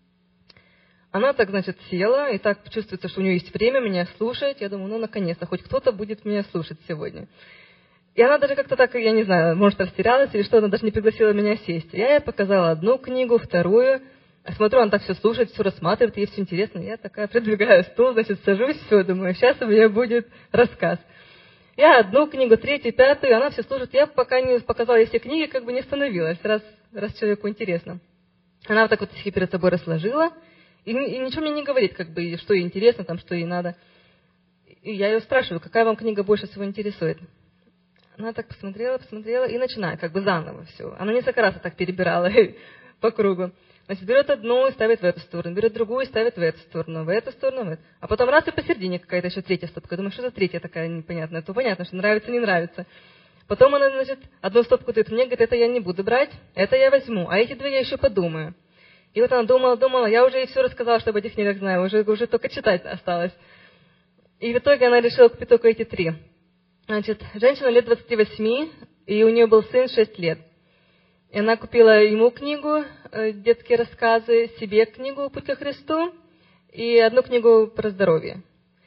Она так, значит, села, и так чувствуется, что у нее есть время меня слушать. Я думаю, ну, наконец-то, хоть кто-то будет меня слушать сегодня. И она даже как-то так, я не знаю, может, растерялась или что, она даже не пригласила меня сесть. Я ей показала одну книгу, вторую. Смотрю, она так все слушает, все рассматривает, ей все интересно. Я такая придвигаю стул, значит, сажусь, все, думаю, сейчас у меня будет рассказ. Я одну книгу, третью, пятую, она все слушает. Я пока не показала ей все книги, как бы не остановилась, раз, раз человеку интересно. Она вот так вот их перед собой расложила, и, и ничего мне не говорит, как бы, что ей интересно, там, что ей надо. И я ее спрашиваю, какая вам книга больше всего интересует? Она так посмотрела, посмотрела и начинает, как бы заново все. Она несколько раз так перебирала по кругу. Значит, берет одну и ставит в эту сторону, берет другую и ставит в эту сторону, в эту сторону, в эту. А потом раз и посередине какая-то еще третья стопка. Я думаю, что за третья такая непонятная? То понятно, что нравится, не нравится. Потом она, значит, одну стопку дает мне, говорит, это я не буду брать, это я возьму, а эти две я еще подумаю. И вот она думала, думала, я уже ей все рассказала, что об этих книгах знаю, уже, уже только читать осталось. И в итоге она решила купить только эти три. Значит, женщина лет двадцати восьми, и у нее был сын шесть лет. И она купила ему книгу «Детские рассказы», себе книгу «Путь ко Христу» и одну книгу про здоровье.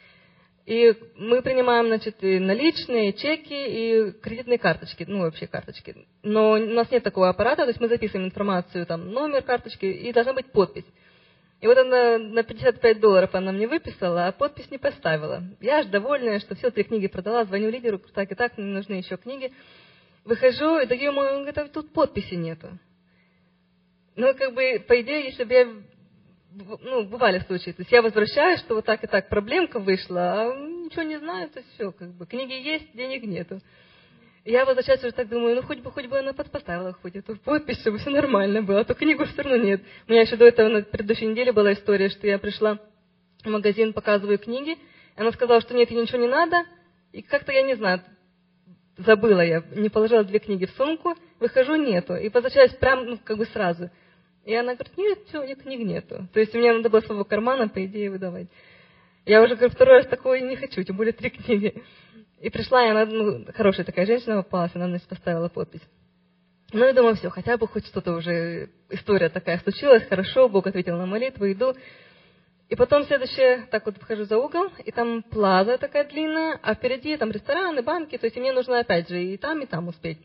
И мы принимаем, значит, и наличные, чеки и кредитные карточки, ну, вообще карточки. Но у нас нет такого аппарата, то есть мы записываем информацию, там, номер карточки, и должна быть подпись. И вот она на пятьдесят пять долларов она мне выписала, а подпись не поставила. Я аж довольная, что все три книги продала, звоню лидеру, так и так, мне нужны еще книги. Выхожу и даю ему, он говорит, а тут подписи нету. Ну, как бы, по идее, если бы я... Ну, бывали случаи. То есть я возвращаюсь, что вот так и так проблемка вышла, а ничего не знаю, то все, как бы. Книги есть, денег нету. И я возвращаюсь уже так думаю, ну, хоть бы, хоть бы она поставила хоть эту подпись, чтобы все нормально было, а то книгу все равно нет. У меня еще до этого на предыдущей неделе была история, что я пришла в магазин, показываю книги, и она сказала, что нет, ей ничего не надо, и как-то, я не знаю, забыла я, не положила две книги в сумку, выхожу, нету, и возвращаюсь прям, ну, как бы сразу. И она говорит, нет, все, нет, книг нету. То есть мне надо было своего кармана, по идее, выдавать. Я уже говорю, второй раз такое не хочу, тем более три книги. И пришла, и она, ну, хорошая такая женщина попалась, она, значит, поставила подпись. Ну, я думаю, все, хотя бы хоть что-то уже, история такая случилась, хорошо, Бог ответил на молитву, иду. И потом следующее, так вот вхожу за угол, и там плаза такая длинная, а впереди там рестораны, банки, то есть мне нужно опять же и там, и там успеть.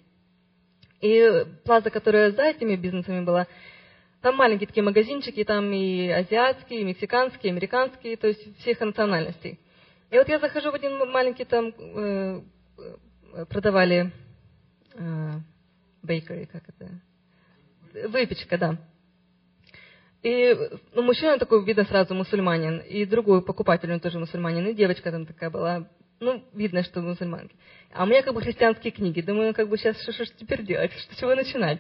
И плаза, которая за этими бизнесами была, там маленькие такие магазинчики, там и азиатские, и мексиканские, и американские, то есть всех национальностей. И вот я захожу в один маленький, там э, продавали э, бейкери, как это? Выпечка, да. И ну, мужчина такой, видно сразу, мусульманин, и другой покупатель, он тоже мусульманин, и девочка там такая была, ну, видно, что мусульманки. А у меня как бы христианские книги, думаю, ну, как бы сейчас, что, что теперь делать, что, чего начинать?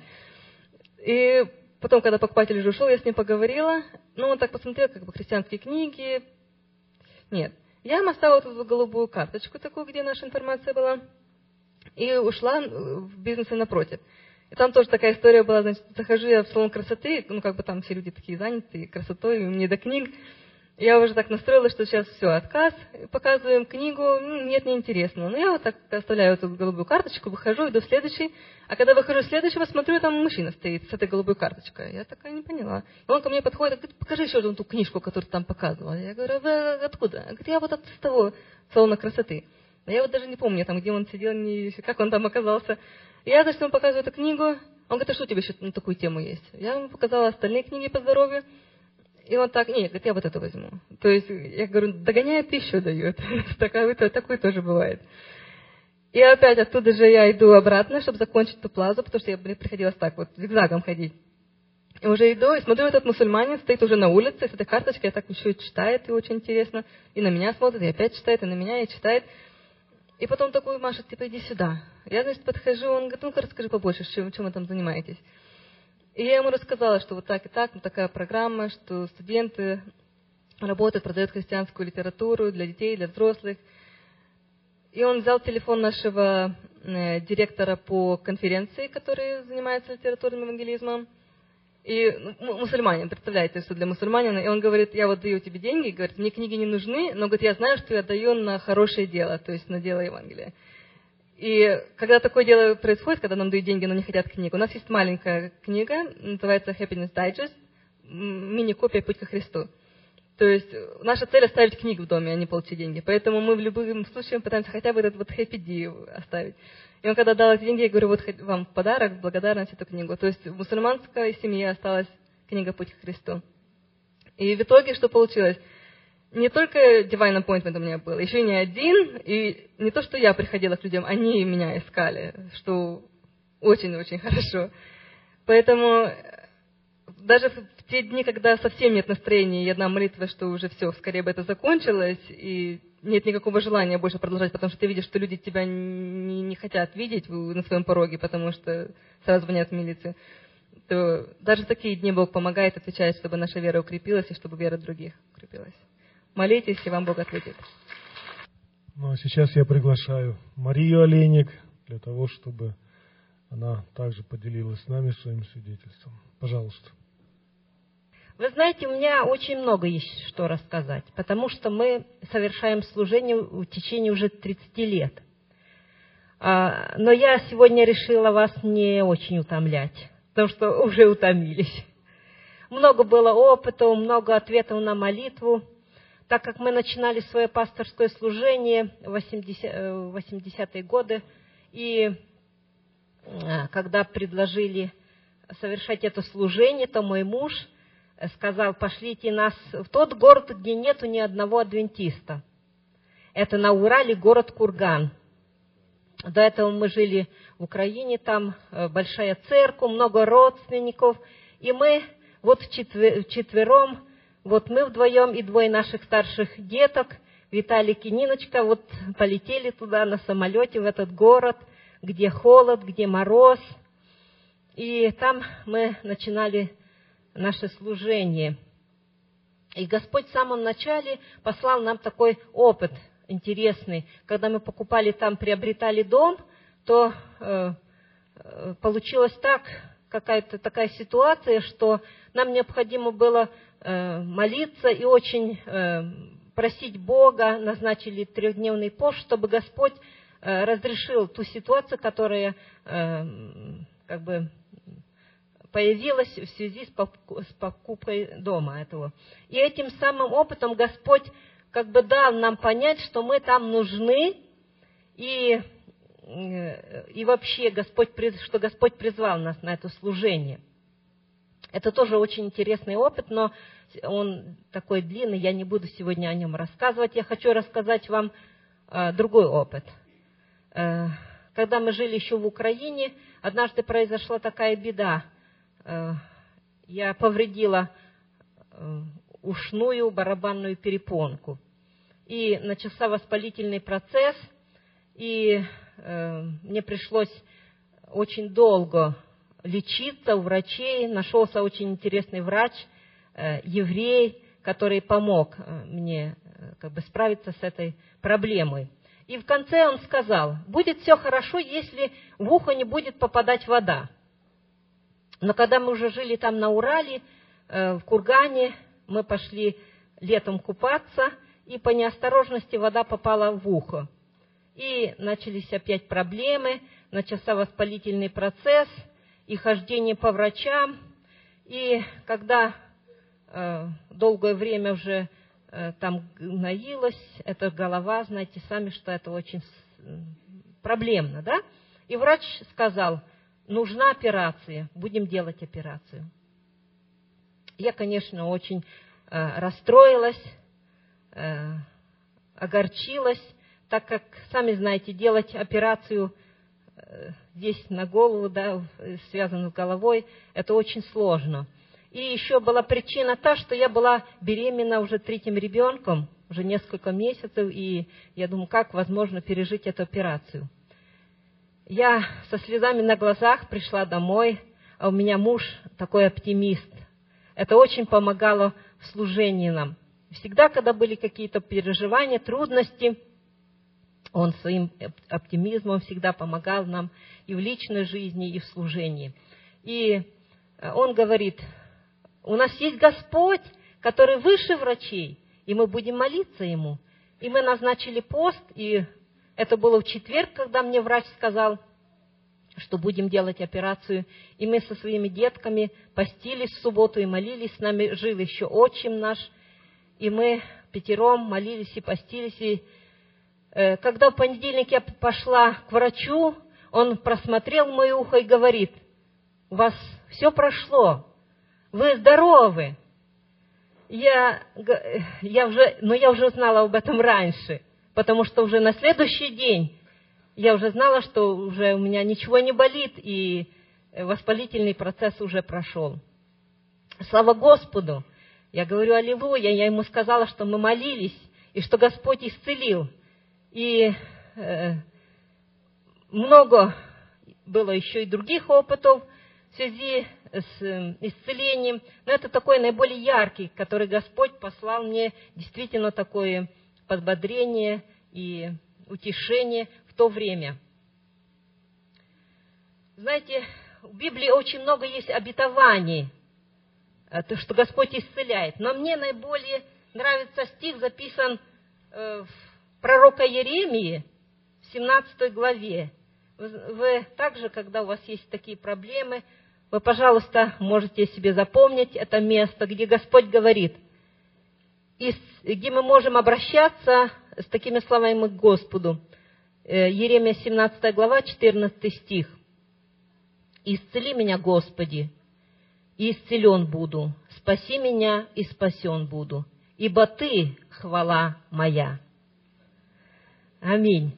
И потом, когда покупатель уже ушел, я с ним поговорила, ну, он так посмотрел, как бы христианские книги, нет. Я ему оставила эту голубую карточку такую, где наша информация была, и ушла в бизнесе напротив. И там тоже такая история была, значит, захожу я в салон красоты, ну, как бы там все люди такие заняты красотой, и мне до книг. Я уже так настроилась, что сейчас все, отказ, показываем книгу, ну, нет, неинтересно. Ну, я вот так оставляю эту голубую карточку, выхожу, иду в следующий, а когда выхожу в следующего, смотрю, там мужчина стоит с этой голубой карточкой. Я такая не поняла. И он ко мне подходит, говорит, покажи еще одну ту книжку, которую ты там показывала. Я говорю, вы откуда? Он говорит, я вот от того салона красоты. А я вот даже не помню, там, где он сидел, не, как он там оказался. И я, значит, ему показываю эту книгу. Он говорит, а что у тебя еще на такую тему есть? Я ему показала остальные книги по здоровью. И он так, нет, говорит, я вот это возьму. То есть, я говорю, догоняет, еще дает. Такое, такое тоже бывает. И опять оттуда же я иду обратно, чтобы закончить ту плазу, потому что я приходилось так вот зигзагом ходить. И уже иду, и смотрю, этот мусульманин стоит уже на улице, с этой карточкой, так еще и читает, и очень интересно. И на меня смотрит, и опять читает, и на меня, и читает. И потом такой машет, типа, иди сюда. Я, значит, подхожу, он говорит, ну-ка расскажи побольше, чем, чем вы там занимаетесь. И я ему рассказала, что вот так и так, такая программа, что студенты работают, продают христианскую литературу для детей, для взрослых. И он взял телефон нашего э, директора по конференции, который занимается литературным евангелизмом. И ну, мусульманин, представляете, что для мусульманина. И он говорит, я вот даю тебе деньги, говорит, мне книги не нужны, но говорит, я знаю, что я даю на хорошее дело, то есть на дело Евангелия. И когда такое дело происходит, когда нам дают деньги, но не хотят книгу, у нас есть маленькая книга, называется Happiness Digest, мини-копия «Путь ко Христу». То есть наша цель оставить книгу в доме, а не получить деньги. Поэтому мы в любом случае пытаемся хотя бы этот вот Happy D оставить. И он когда дал эти деньги, я говорю, вот вам в подарок, в благодарность эту книгу. То есть в мусульманской семье осталась книга «Путь к Христу». И в итоге что получилось? Не только Divine Appointment у меня был, еще и не один. И не то, что я приходила к людям, они меня искали, что очень-очень хорошо. Поэтому даже в те дни, когда совсем нет настроения, и одна молитва, что уже все, скорее бы это закончилось, и нет никакого желания больше продолжать, потому что ты видишь, что люди тебя не, не хотят видеть на своем пороге, потому что сразу звонят в милицию, то даже в такие дни Бог помогает, отвечает, чтобы наша вера укрепилась, и чтобы вера других укрепилась. Молитесь, и вам Бог ответит. Ну, а сейчас я приглашаю Марию Олейник для того, чтобы она также поделилась с нами своим свидетельством. Пожалуйста. Вы знаете, у меня очень много есть что рассказать, потому что мы совершаем служение в течение уже тридцати лет. Но я сегодня решила вас не очень утомлять, потому что уже утомились. Много было опыта, много ответов на молитву. Так как мы начинали свое пасторское служение в восьмидесятые годы, и когда предложили совершать это служение, то мой муж сказал, пошлите нас в тот город, где нету ни одного адвентиста. Это на Урале город Курган. До этого мы жили в Украине, там большая церковь, много родственников. И мы вот вчетвером, вот мы вдвоем и двое наших старших деток, Виталик и Ниночка, вот полетели туда на самолете, в этот город, где холод, где мороз. И там мы начинали наше служение. И Господь в самом начале послал нам такой опыт интересный. Когда мы покупали там, приобретали дом, то э, получилось так, какая-то такая ситуация, что нам необходимо было э, молиться и очень э, просить Бога, назначили трехдневный пост, чтобы Господь э, разрешил ту ситуацию, которая э, как бы появилась в связи с покупкой дома этого. И этим самым опытом Господь как бы дал нам понять, что мы там нужны, и, и вообще Господь, что Господь призвал нас на это служение. Это тоже очень интересный опыт, но он такой длинный, я не буду сегодня о нем рассказывать. Я хочу рассказать вам э, другой опыт. Э, когда мы жили еще в Украине, однажды произошла такая беда. Я повредила ушную барабанную перепонку. И начался воспалительный процесс, и э, мне пришлось очень долго лечиться у врачей. Нашелся очень интересный врач, э, еврей, который помог мне э, как бы справиться с этой проблемой. И в конце он сказал, будет все хорошо, если в ухо не будет попадать вода. Но когда мы уже жили там на Урале, в Кургане, мы пошли летом купаться, и по неосторожности вода попала в ухо. И начались опять проблемы, начался воспалительный процесс, и хождение по врачам. И когда э, долгое время уже э, там гноилась эта голова, знаете сами, что это очень проблемно, да? И врач сказал, нужна операция, будем делать операцию. Я, конечно, очень э, расстроилась, э, огорчилась, так как, сами знаете, делать операцию э, здесь на голову, да, связанную с головой, это очень сложно. И еще была причина та, что я была беременна уже третьим ребенком, уже несколько месяцев, и я думаю, как возможно пережить эту операцию. Я со слезами на глазах пришла домой, а у меня муж такой оптимист. Это очень помогало в служении нам. Всегда, когда были какие-то переживания, трудности, он своим оптимизмом всегда помогал нам и в личной жизни, и в служении. И он говорит: у нас есть Господь, который выше врачей, и мы будем молиться Ему. И мы назначили пост, и это было в четверг, когда мне врач сказал, что будем делать операцию. И мы со своими детками постились в субботу и молились. С нами жил еще отчим наш. И мы пятером молились и постились. И э, когда в понедельник я пошла к врачу, он просмотрел мое ухо и говорит: у вас все прошло, вы здоровы. Я, я уже, но я уже знала об этом раньше, потому что уже на следующий день я уже знала, что уже у меня ничего не болит, и воспалительный процесс уже прошел. Слава Господу! Я говорю аллилуйя, я ему сказала, что мы молились, и что Господь исцелил. И э, много было еще и других опытов в связи с исцелением, но это такой наиболее яркий, который Господь послал мне, действительно такое подбодрение и утешение в то время. Знаете, в Библии очень много есть обетований, то, что Господь исцеляет, но мне наиболее нравится стих, записан в пророка Иеремии в семнадцатой главе. Вы, вы также, когда у вас есть такие проблемы, вы, пожалуйста, можете себе запомнить это место, где Господь говорит, и где мы можем обращаться с такими словами к Господу. Иеремия семнадцатая глава, четырнадцатый стих. «Исцели меня, Господи, и исцелен буду, спаси меня, и спасен буду, ибо Ты — хвала моя». Аминь.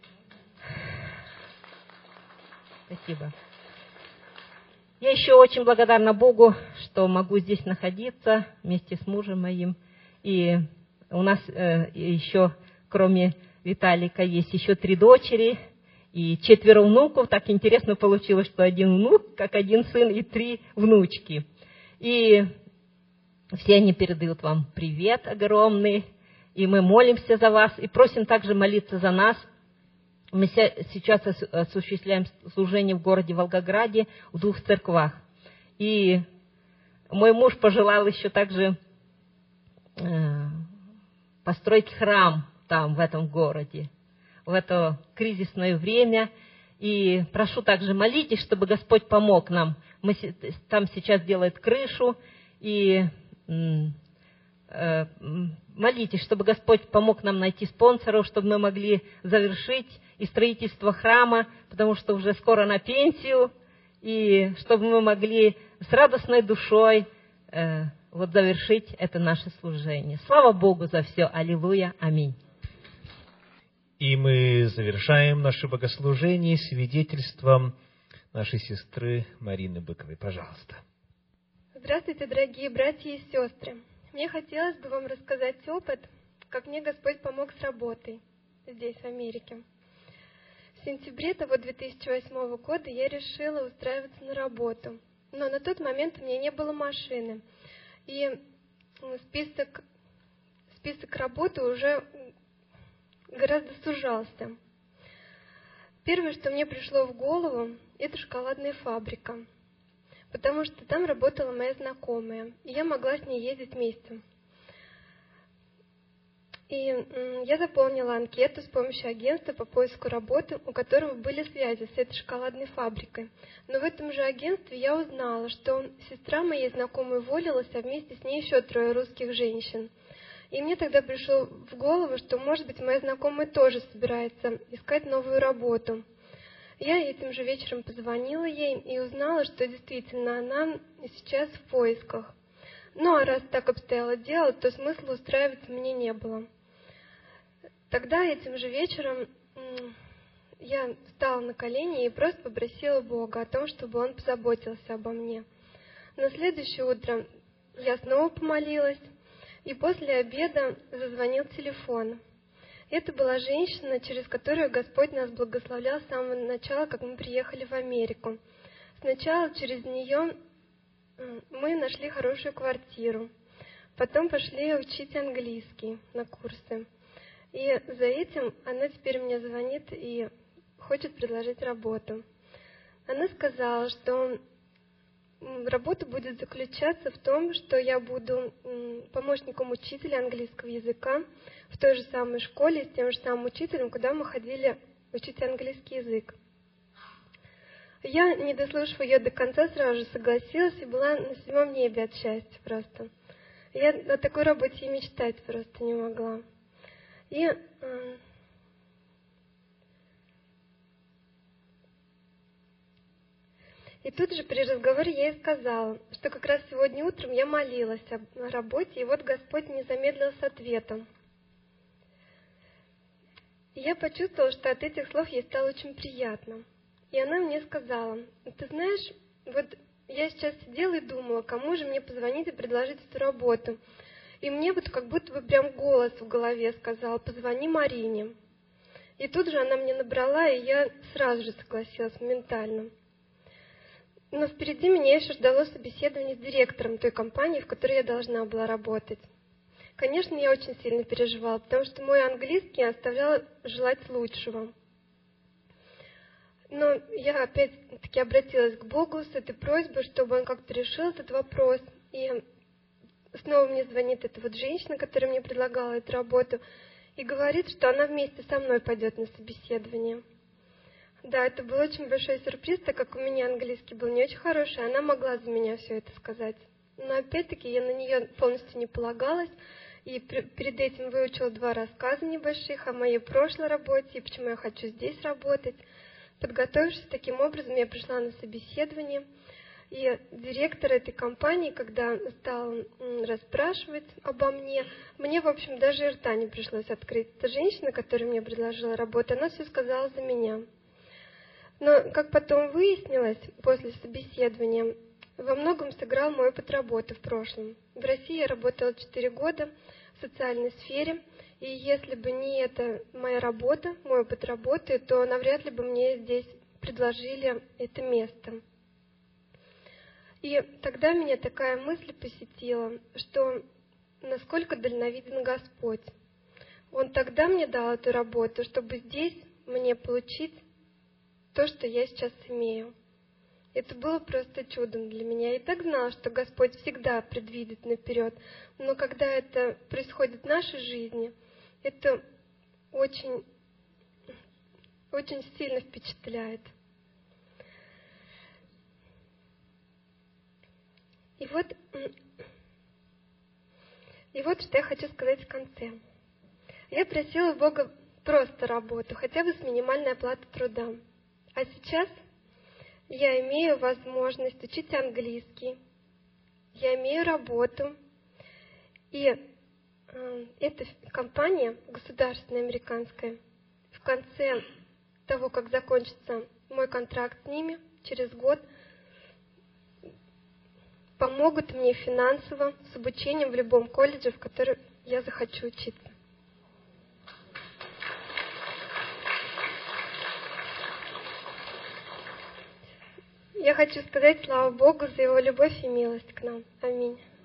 Спасибо. Я еще очень благодарна Богу, что могу здесь находиться вместе с мужем моим. И у нас э, еще, кроме Виталика, есть еще три дочери и четверо внуков. Так интересно получилось, что один внук, как один сын, и три внучки. И все они передают вам привет огромный. И мы молимся за вас и просим также молиться за нас. Мы сейчас осуществляем служение в городе Волгограде в двух церквах. И мой муж пожелал еще также э, построить храм там, в этом городе, в это кризисное время. И прошу также молитесь, чтобы Господь помог нам. Мы там сейчас делают крышу. И э, молитесь, чтобы Господь помог нам найти спонсоров, чтобы мы могли завершить и строительство храма, потому что уже скоро на пенсию, и чтобы мы могли с радостной душой э, вот завершить это наше служение. Слава Богу за все. Аллилуйя. Аминь. И мы завершаем наше богослужение свидетельством нашей сестры Марины Быковой. Пожалуйста. Здравствуйте, дорогие братья и сестры. Мне хотелось бы вам рассказать опыт, как мне Господь помог с работой здесь, в Америке. В сентябре того две тысячи восьмого года я решила устраиваться на работу, но на тот момент у меня не было машины, и список, список работы уже гораздо сужался. Первое, что мне пришло в голову, это шоколадная фабрика, потому что там работала моя знакомая, и я могла с ней ездить вместе. И я заполнила анкету с помощью агентства по поиску работы, у которого были связи с этой шоколадной фабрикой. Но в этом же агентстве я узнала, что сестра моей знакомой уволилась, а вместе с ней еще трое русских женщин. И мне тогда пришло в голову, что, может быть, моя знакомая тоже собирается искать новую работу. Я этим же вечером позвонила ей и узнала, что действительно она сейчас в поисках. Ну, а раз так обстояло дело, то смысла устраиваться мне не было. Тогда этим же вечером я встала на колени и просто попросила Бога о том, чтобы Он позаботился обо мне. На следующее утро я снова помолилась, И после обеда зазвонил телефон. Это была женщина, через которую Господь нас благословлял с самого начала, как мы приехали в Америку. Сначала через нее мы нашли хорошую квартиру. Потом пошли учить английский на курсы. И за этим она теперь мне звонит и хочет предложить работу. Она сказала, что работа будет заключаться в том, что я буду помощником учителя английского языка в той же самой школе, с тем же самым учителем, куда мы ходили учить английский язык. Я, не дослушав ее до конца, сразу же согласилась и была на седьмом небе от счастья просто. Я о такой работе и мечтать просто не могла. И э, И тут же при разговоре я ей сказала, что как раз сегодня утром я молилась о работе, и вот Господь не замедлил с ответом. И я почувствовала, что от этих слов ей стало очень приятно. И она мне сказала: ты знаешь, вот я сейчас сидела и думала, кому же мне позвонить и предложить эту работу. И мне вот как будто бы прям голос в голове сказал: позвони Марине. И тут же она мне набрала, и я сразу же согласилась моментально. Но впереди меня еще ждало собеседование с директором той компании, в которой я должна была работать. Конечно, я очень сильно переживала, потому что мой английский оставлял желать лучшего. Но я опять-таки обратилась к Богу с этой просьбой, чтобы Он как-то решил этот вопрос. И снова мне звонит эта вот женщина, которая мне предлагала эту работу, и говорит, что она вместе со мной пойдет на собеседование. Да, это был очень большой сюрприз, так как у меня английский был не очень хороший, она могла за меня все это сказать. Но опять-таки я на нее полностью не полагалась, и перед этим выучила два рассказа небольших о моей прошлой работе и почему я хочу здесь работать. Подготовившись таким образом, я пришла на собеседование, и директор этой компании, когда стал расспрашивать обо мне, мне, в общем, даже и рта не пришлось открыть. Эта женщина, которая мне предложила работу, она все сказала за меня. Но, как потом выяснилось, после собеседования, во многом сыграл мой опыт работы в прошлом. В России я работала четыре года в социальной сфере, и если бы не эта моя работа, мой опыт работы, то навряд ли бы мне здесь предложили это место. И тогда меня такая мысль посетила, что насколько дальновиден Господь. Он тогда мне дал эту работу, чтобы здесь мне получить то, что я сейчас имею. Это было просто чудом для меня. Я и так знала, что Господь всегда предвидит наперед. Но когда это происходит в нашей жизни, это очень, очень сильно впечатляет. И вот, и вот что я хочу сказать в конце. Я просила Бога просто работу, хотя бы с минимальной оплатой труда. А сейчас я имею возможность учить английский, я имею работу, и э, эта компания государственная американская в конце того, как закончится мой контракт с ними, через год, помогут мне финансово с обучением в любом колледже, в котором я захочу учиться. Я хочу сказать слава Богу за Его любовь и милость к нам. Аминь.